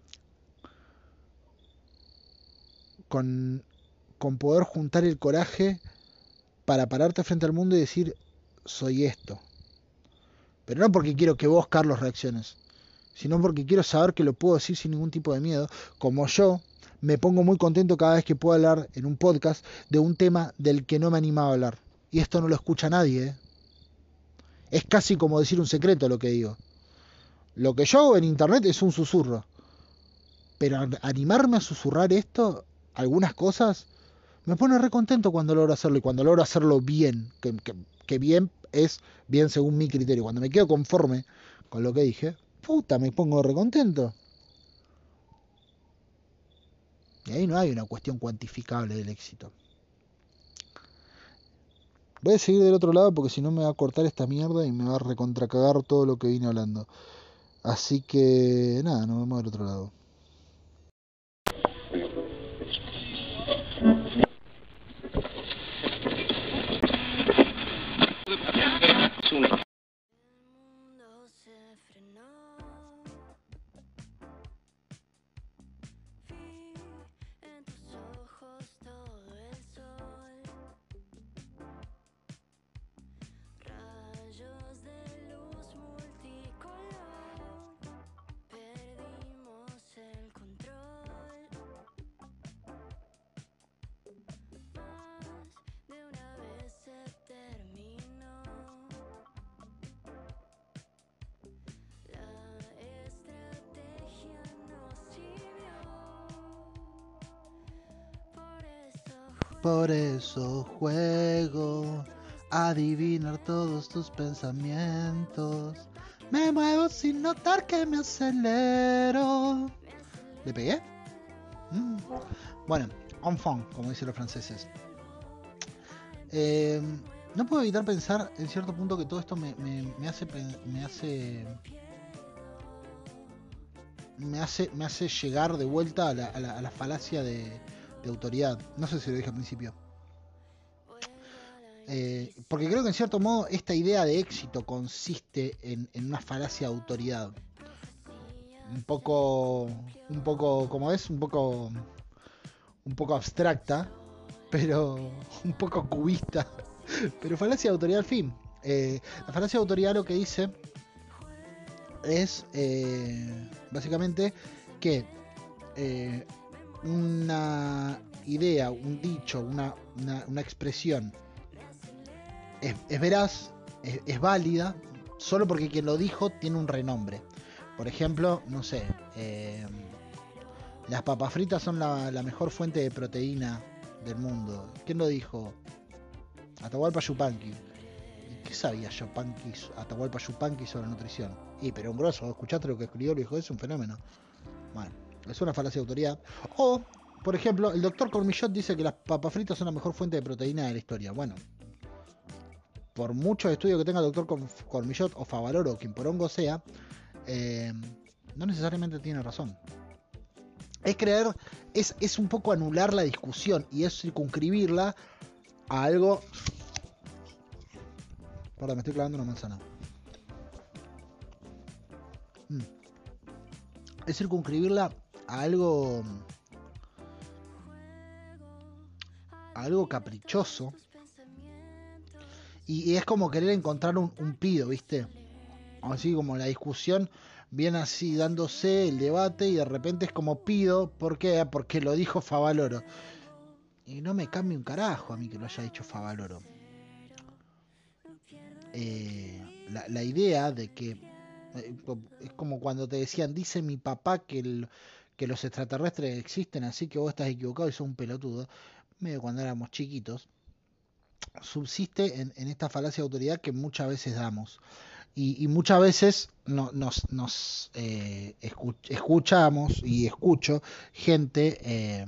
Speaker 1: con, con poder juntar el coraje para pararte frente al mundo y decir, soy esto. Pero no porque quiero que vos, Carlos, reacciones, sino porque quiero saber que lo puedo decir sin ningún tipo de miedo, como yo me pongo muy contento cada vez que puedo hablar en un podcast de un tema del que no me animaba a hablar. Y esto no lo escucha nadie, ¿eh? Es casi como decir un secreto lo que digo. Lo que yo hago en internet es un susurro. Pero animarme a susurrar esto, algunas cosas, me pone re contento cuando logro hacerlo y cuando logro hacerlo bien, que, que, que bien es bien según mi criterio. Cuando me quedo conforme con lo que dije, puta, me pongo re contento. Y ahí no hay una cuestión cuantificable del éxito. Voy a seguir del otro lado porque si no me va a cortar esta mierda y me va a recontracagar todo lo que vine hablando. Así que nada, nos vemos del otro lado. Por eso juego a adivinar todos tus pensamientos. Me muevo sin notar que me acelero. ¿Le pegué? Mm. Bueno, enfant, como dicen los franceses. Eh, no puedo evitar pensar en cierto punto que todo esto me, me, me hace me hace me hace me hace llegar de vuelta a la, a la, a la falacia de, de autoridad. No sé si lo dije al principio. Eh, porque creo que en cierto modo esta idea de éxito consiste en, en una falacia de autoridad. Un poco, un poco, como es, un poco, un poco abstracta, pero un poco cubista. Pero falacia de autoridad al fin. Eh, la falacia de autoridad lo que dice es eh, básicamente que eh, una idea, un dicho, una, una, una expresión Es, es veraz, es, es válida, solo porque quien lo dijo tiene un renombre. Por ejemplo, no sé, eh, las papas fritas son la, la mejor fuente de proteína del mundo. ¿Quién lo dijo? Atahualpa Yupanqui. ¿Qué sabía Yupanqui, Atahualpa Yupanqui sobre nutrición? Y pero un grosso, escuchaste lo que escribió el hijo, es un fenómeno. Bueno, es una falacia de autoridad. O, por ejemplo, el doctor Cormillot dice que las papas fritas son la mejor fuente de proteína de la historia. Bueno, por muchos estudios que tenga el doctor Cormillot o Favaloro o quien porongo sea, eh, no necesariamente tiene razón. Es creer, es, es un poco anular la discusión y es circunscribirla a algo. Perdón, me estoy clavando una manzana. Mm. Es circunscribirla a algo. A algo caprichoso. Y, y es como querer encontrar un, un pido, ¿viste? Así como la discusión viene así dándose el debate y de repente es como pido. ¿Por qué? Porque lo dijo Favaloro. Y no me cambie un carajo a mí que lo haya dicho Favaloro. Eh, la, la idea de que eh, es como cuando te decían, dice mi papá que, el, que los extraterrestres existen, así que vos estás equivocado y sos un pelotudo. Medio cuando éramos chiquitos, subsiste en, en esta falacia de autoridad que muchas veces damos. Y, y muchas veces no, nos, nos eh, escuch, escuchamos y escucho gente eh,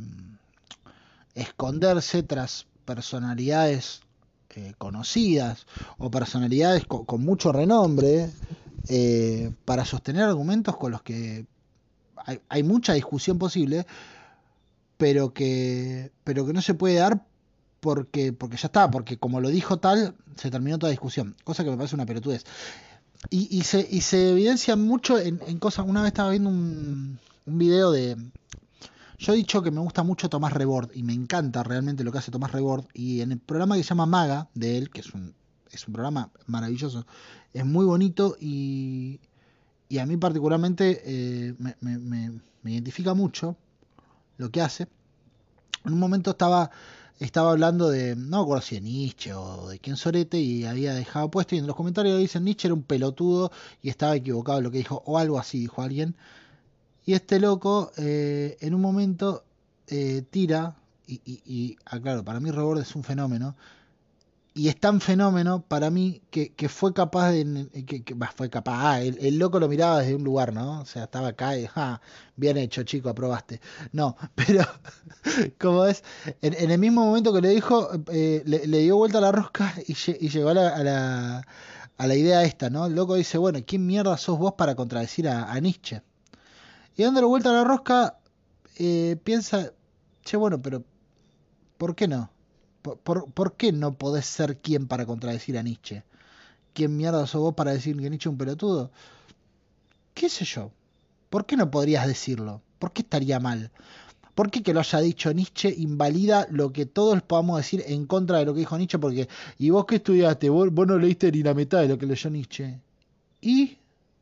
Speaker 1: esconderse tras personalidades eh, conocidas o personalidades con, con mucho renombre eh, para sostener argumentos con los que hay, hay mucha discusión posible, pero que, pero que no se puede dar porque, porque ya está, porque como lo dijo tal, se terminó toda discusión, cosa que me parece una pelotudez. Y, y, se, y se evidencia mucho en, en cosas. Una vez estaba viendo un, un video de. Yo he dicho que me gusta mucho Tomás Rebord y me encanta realmente lo que hace Tomás Rebord. Y en el programa que se llama Maga, de él, que es un, es un programa maravilloso, es muy bonito y, y a mí particularmente eh, me, me, me, me identifica mucho lo que hace. En un momento estaba. Estaba hablando de, no me acuerdo si de Nietzsche o de quién sorete, y había dejado puesto, y en los comentarios dicen Nietzsche era un pelotudo y estaba equivocado en lo que dijo, o algo así, dijo alguien. Y este loco, eh, en un momento, eh, tira, y, y, y ah, claro, para mí Rebord es un fenómeno, y es tan fenómeno para mí que, que fue capaz de, que, que bah, fue capaz, ah, el, el loco lo miraba desde un lugar, ¿no? O sea, estaba acá y, ah, bien hecho, chico, aprobaste. No, pero, como es, en, en el mismo momento que le dijo, eh, le, le dio vuelta a la rosca y, y llegó a la, a, la, a la idea esta, ¿no? El loco dice, bueno, ¿quién mierda sos vos para contradecir a, a Nietzsche? Y dándole vuelta a la rosca, eh, piensa, che, bueno, pero, ¿por qué no? ¿Por, por, ¿Por qué no podés ser quien para contradecir a Nietzsche? ¿Quién mierda sos vos para decir que Nietzsche es un pelotudo? ¿Qué sé yo? ¿Por qué no podrías decirlo? ¿Por qué estaría mal? ¿Por qué que lo haya dicho Nietzsche invalida lo que todos podamos decir en contra de lo que dijo Nietzsche? Porque, ¿y vos qué estudiaste? ¿Vos, vos no leíste ni la mitad de lo que leyó Nietzsche? ¿Y?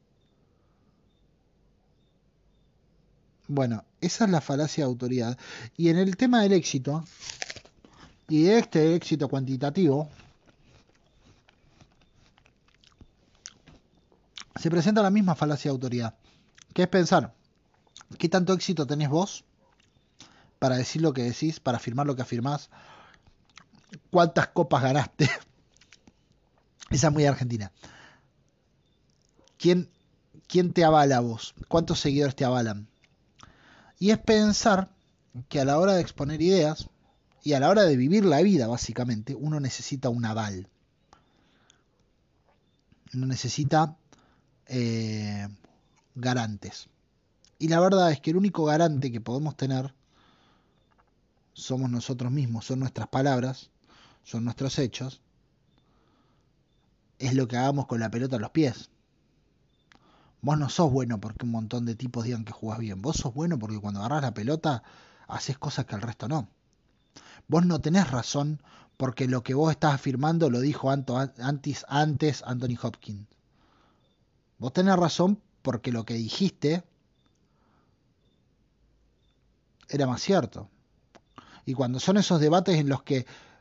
Speaker 1: Bueno, esa es la falacia de autoridad. Y en el tema del éxito, y de este éxito cuantitativo, se presenta la misma falacia de autoridad, que es pensar, ¿qué tanto éxito tenés vos para decir lo que decís, para afirmar lo que afirmás? ¿Cuántas copas ganaste? Esa es muy argentina. ¿Quién, quién te avala a vos? ¿Cuántos seguidores te avalan? Y es pensar que a la hora de exponer ideas y a la hora de vivir la vida, básicamente, uno necesita un aval. Uno necesita eh, garantes. Y la verdad es que el único garante que podemos tener somos nosotros mismos, son nuestras palabras, son nuestros hechos, es lo que hagamos con la pelota a los pies. Vos no sos bueno porque un montón de tipos digan que jugás bien. Vos sos bueno porque cuando agarrás la pelota haces cosas que el resto no. Vos no tenés razón porque lo que vos estás afirmando lo dijo antes, antes Anthony Hopkins. Vos tenés razón porque lo que dijiste era más cierto. Y cuando son esos debates en los que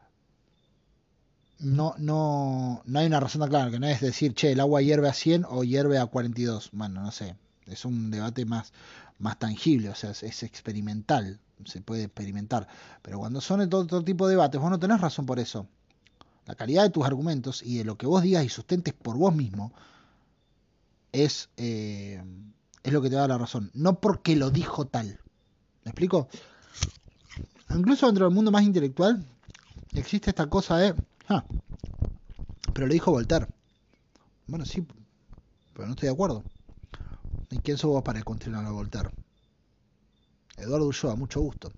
Speaker 1: no, no, no hay una razón tan clara, que no es decir, che, el agua hierve a cien o hierve a cuarenta y dos. Bueno, no sé. Es un debate más, más tangible, o sea, es, es experimental. Se puede experimentar. Pero cuando son todo, todo tipo de debates, vos no tenés razón por eso. La calidad de tus argumentos y de lo que vos digas y sustentes por vos mismo es, eh, es lo que te da la razón. No porque lo dijo tal. ¿Me explico? Incluso dentro del mundo más intelectual existe esta cosa de... Ah, pero lo dijo Voltaire. Bueno, sí, pero no estoy de acuerdo. ¿Y quién sos vos para continuar a Voltaire? Eduardo Ulloa, mucho gusto.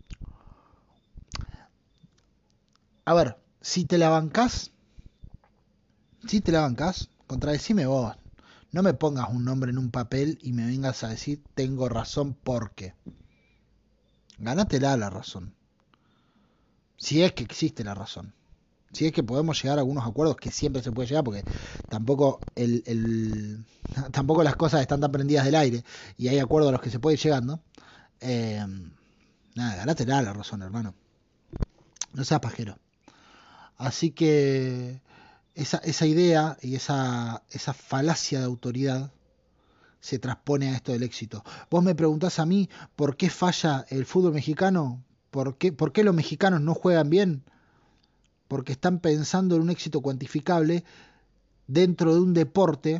Speaker 1: A ver, si te la bancás, si te la bancás, contradecime vos. No me pongas un nombre en un papel y me vengas a decir tengo razón porque. Ganátela la razón. Si es que existe la razón. Si es que podemos llegar a algunos acuerdos, que siempre se puede llegar, porque tampoco el, el tampoco las cosas están tan prendidas del aire y hay acuerdos a los que se puede ir llegando. Eh, nada, ganátela la razón, hermano. No seas pajero. Así que esa, esa idea y esa, esa falacia de autoridad se transpone a esto del éxito. Vos me preguntás a mí por qué falla el fútbol mexicano, por qué, por qué los mexicanos no juegan bien, porque están pensando en un éxito cuantificable dentro de un deporte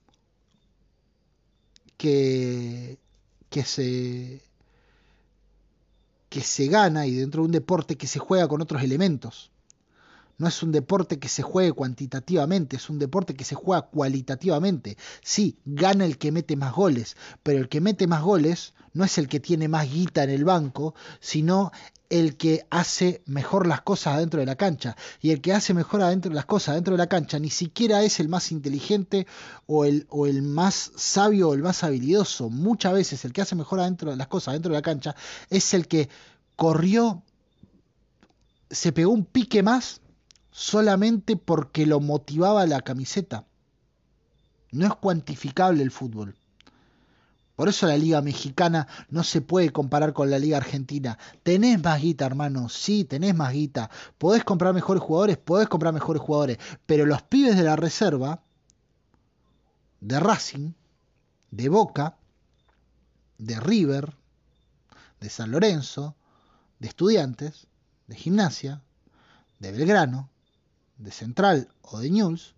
Speaker 1: que, que se que se gana y dentro de un deporte que se juega con otros elementos. No es un deporte que se juegue cuantitativamente, es un deporte que se juega cualitativamente. Sí, gana el que mete más goles, pero el que mete más goles no es el que tiene más guita en el banco, sino el que hace mejor las cosas adentro de la cancha. Y el que hace mejor adentro las cosas adentro de la cancha ni siquiera es el más inteligente o el, o el más sabio o el más habilidoso. Muchas veces el que hace mejor adentro las cosas adentro de la cancha es el que corrió, se pegó un pique más solamente porque lo motivaba la camiseta. No es cuantificable el fútbol. Por eso la Liga Mexicana no se puede comparar con la Liga Argentina. Tenés más guita, hermano. Sí, tenés más guita. Podés comprar mejores jugadores, podés comprar mejores jugadores. Pero los pibes de la reserva, de Racing, de Boca, de River, de San Lorenzo, de Estudiantes, de Gimnasia, de Belgrano, de Central o de Newell's,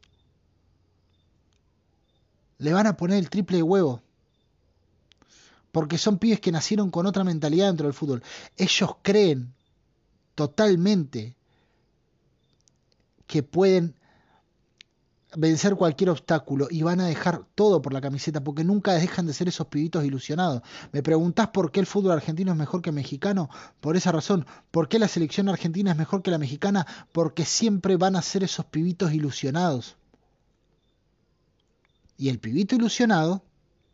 Speaker 1: le van a poner el triple de huevo. Porque son pibes que nacieron con otra mentalidad dentro del fútbol. Ellos creen totalmente que pueden vencer cualquier obstáculo y van a dejar todo por la camiseta, porque nunca dejan de ser esos pibitos ilusionados. ¿Me preguntás por qué el fútbol argentino es mejor que el mexicano? Por esa razón. ¿Por qué la selección argentina es mejor que la mexicana? Porque siempre van a ser esos pibitos ilusionados. Y el pibito ilusionado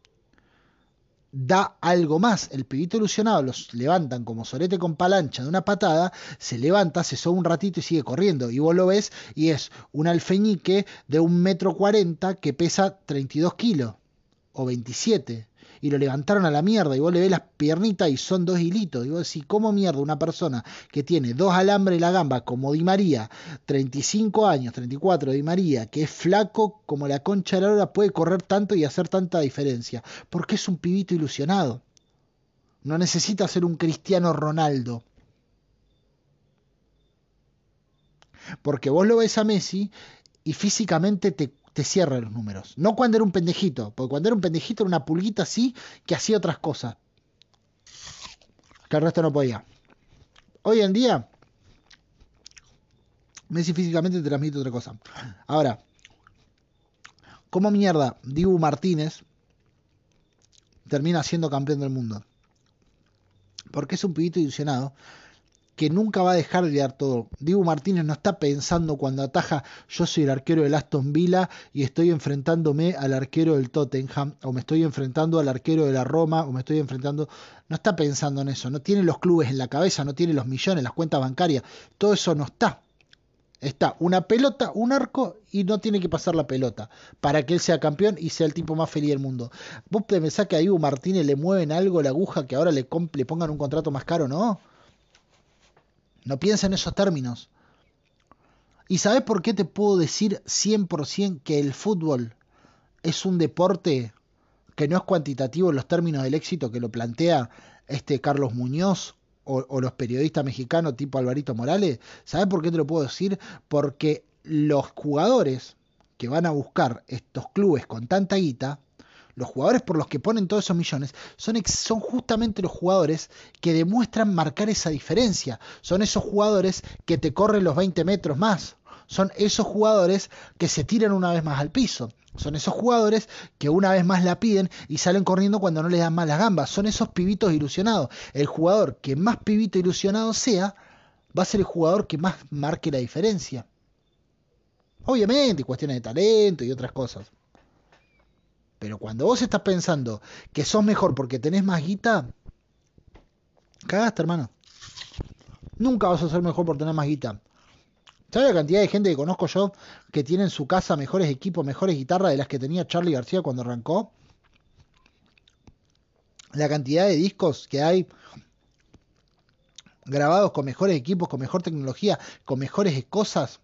Speaker 1: da algo más. El pibito ilusionado los levantan como sorete con palancha de una patada, se levanta, se soba un ratito y sigue corriendo. Y vos lo ves y es un alfeñique de un metro cuarenta que pesa treinta y dos kilos o veintisiete. Y lo levantaron a la mierda y vos le ves las piernitas y son dos hilitos. Y vos decís, ¿cómo mierda una persona que tiene dos alambres en la gamba como Di María, treinta y cinco años, treinta y cuatro, Di María, que es flaco como la concha de la lora, puede correr tanto y hacer tanta diferencia? Porque es un pibito ilusionado. No necesita ser un Cristiano Ronaldo. Porque vos lo ves a Messi y físicamente te te cierra los números. No cuando era un pendejito, porque cuando era un pendejito era una pulguita así que hacía otras cosas que el resto no podía. Hoy en día Messi físicamente te transmite otra cosa. Ahora, ¿cómo mierda Dibu Martínez termina siendo campeón del mundo? Porque es un pibito ilusionado que nunca va a dejar de dar todo. Dibu Martínez no está pensando cuando ataja, yo soy el arquero del Aston Villa y estoy enfrentándome al arquero del Tottenham, o me estoy enfrentando al arquero de la Roma, o me estoy enfrentando... No está pensando en eso, no tiene los clubes en la cabeza, no tiene los millones, las cuentas bancarias, todo eso no está. Está una pelota, un arco y no tiene que pasar la pelota para que él sea campeón y sea el tipo más feliz del mundo. ¿Vos pensás que a Dibu Martínez le mueven algo la aguja que ahora le, le pongan un contrato más caro? No. No piensa en esos términos. ¿Y sabés por qué te puedo decir cien por ciento que el fútbol es un deporte que no es cuantitativo en los términos del éxito que lo plantea este Carlos Muñoz o, o los periodistas mexicanos tipo Alvarito Morales? ¿Sabés por qué te lo puedo decir? Porque los jugadores que van a buscar estos clubes con tanta guita, los jugadores por los que ponen todos esos millones, son, ex, son justamente los jugadores que demuestran marcar esa diferencia. Son esos jugadores que te corren los veinte metros más. Son esos jugadores que se tiran una vez más al piso. Son esos jugadores que una vez más la piden y salen corriendo cuando no les dan más las gambas. Son esos pibitos ilusionados. El jugador que más pibito ilusionado sea, va a ser el jugador que más marque la diferencia. Obviamente, cuestiones de talento y otras cosas. Pero cuando vos estás pensando que sos mejor porque tenés más guita, cagaste, hermano. Nunca vas a ser mejor por tener más guita. ¿Sabes la cantidad de gente que conozco yo que tiene en su casa mejores equipos, mejores guitarras de las que tenía Charly García cuando arrancó? La cantidad de discos que hay grabados con mejores equipos, con mejor tecnología, con mejores cosas.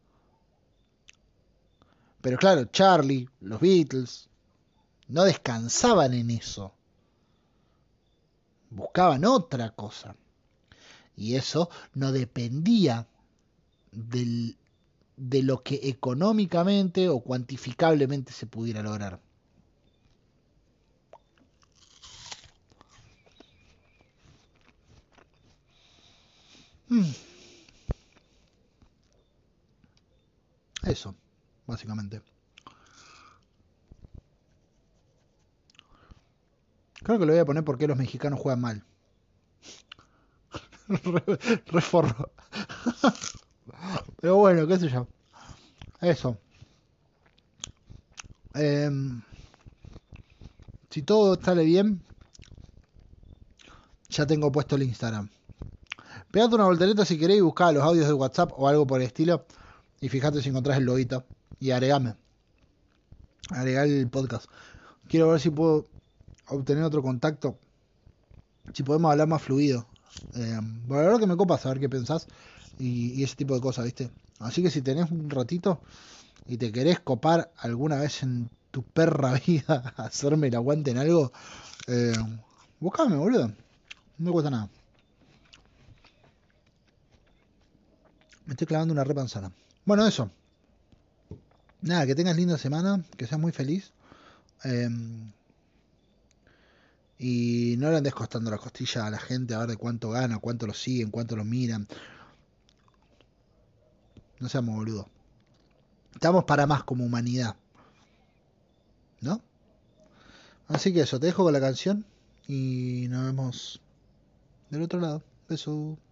Speaker 1: Pero claro, Charly, los Beatles, no descansaban en eso. Buscaban otra cosa. Y eso no dependía del, de lo que económicamente o cuantificablemente se pudiera lograr. Hmm. Eso, básicamente. Creo que lo voy a poner porque los mexicanos juegan mal. Reforro. Pero bueno, qué sé yo. Eso. Eh, si todo sale bien, ya tengo puesto el Instagram. Pegate una voltereta si querés y buscá los audios de WhatsApp o algo por el estilo. Y fíjate si encontrás el loguito. Y agregame. Agregar el podcast. Quiero ver si puedo obtener otro contacto. Si podemos hablar más fluido. Eh, la verdad que me copa saber qué pensás. Y, y ese tipo de cosas, ¿viste? Así que si tenés un ratito y te querés copar alguna vez en tu perra vida hacerme el aguante en algo, eh, buscame, boludo. No me cuesta nada. Me estoy clavando una repanzana. Bueno, eso. Nada, que tengas linda semana, que seas muy feliz. Eh, y no le andes costando la costilla a la gente a ver de cuánto gana, cuánto lo siguen, cuánto lo miran. No seamos boludos. Estamos para más como humanidad, ¿no? Así que eso, te dejo con la canción y nos vemos del otro lado. Beso.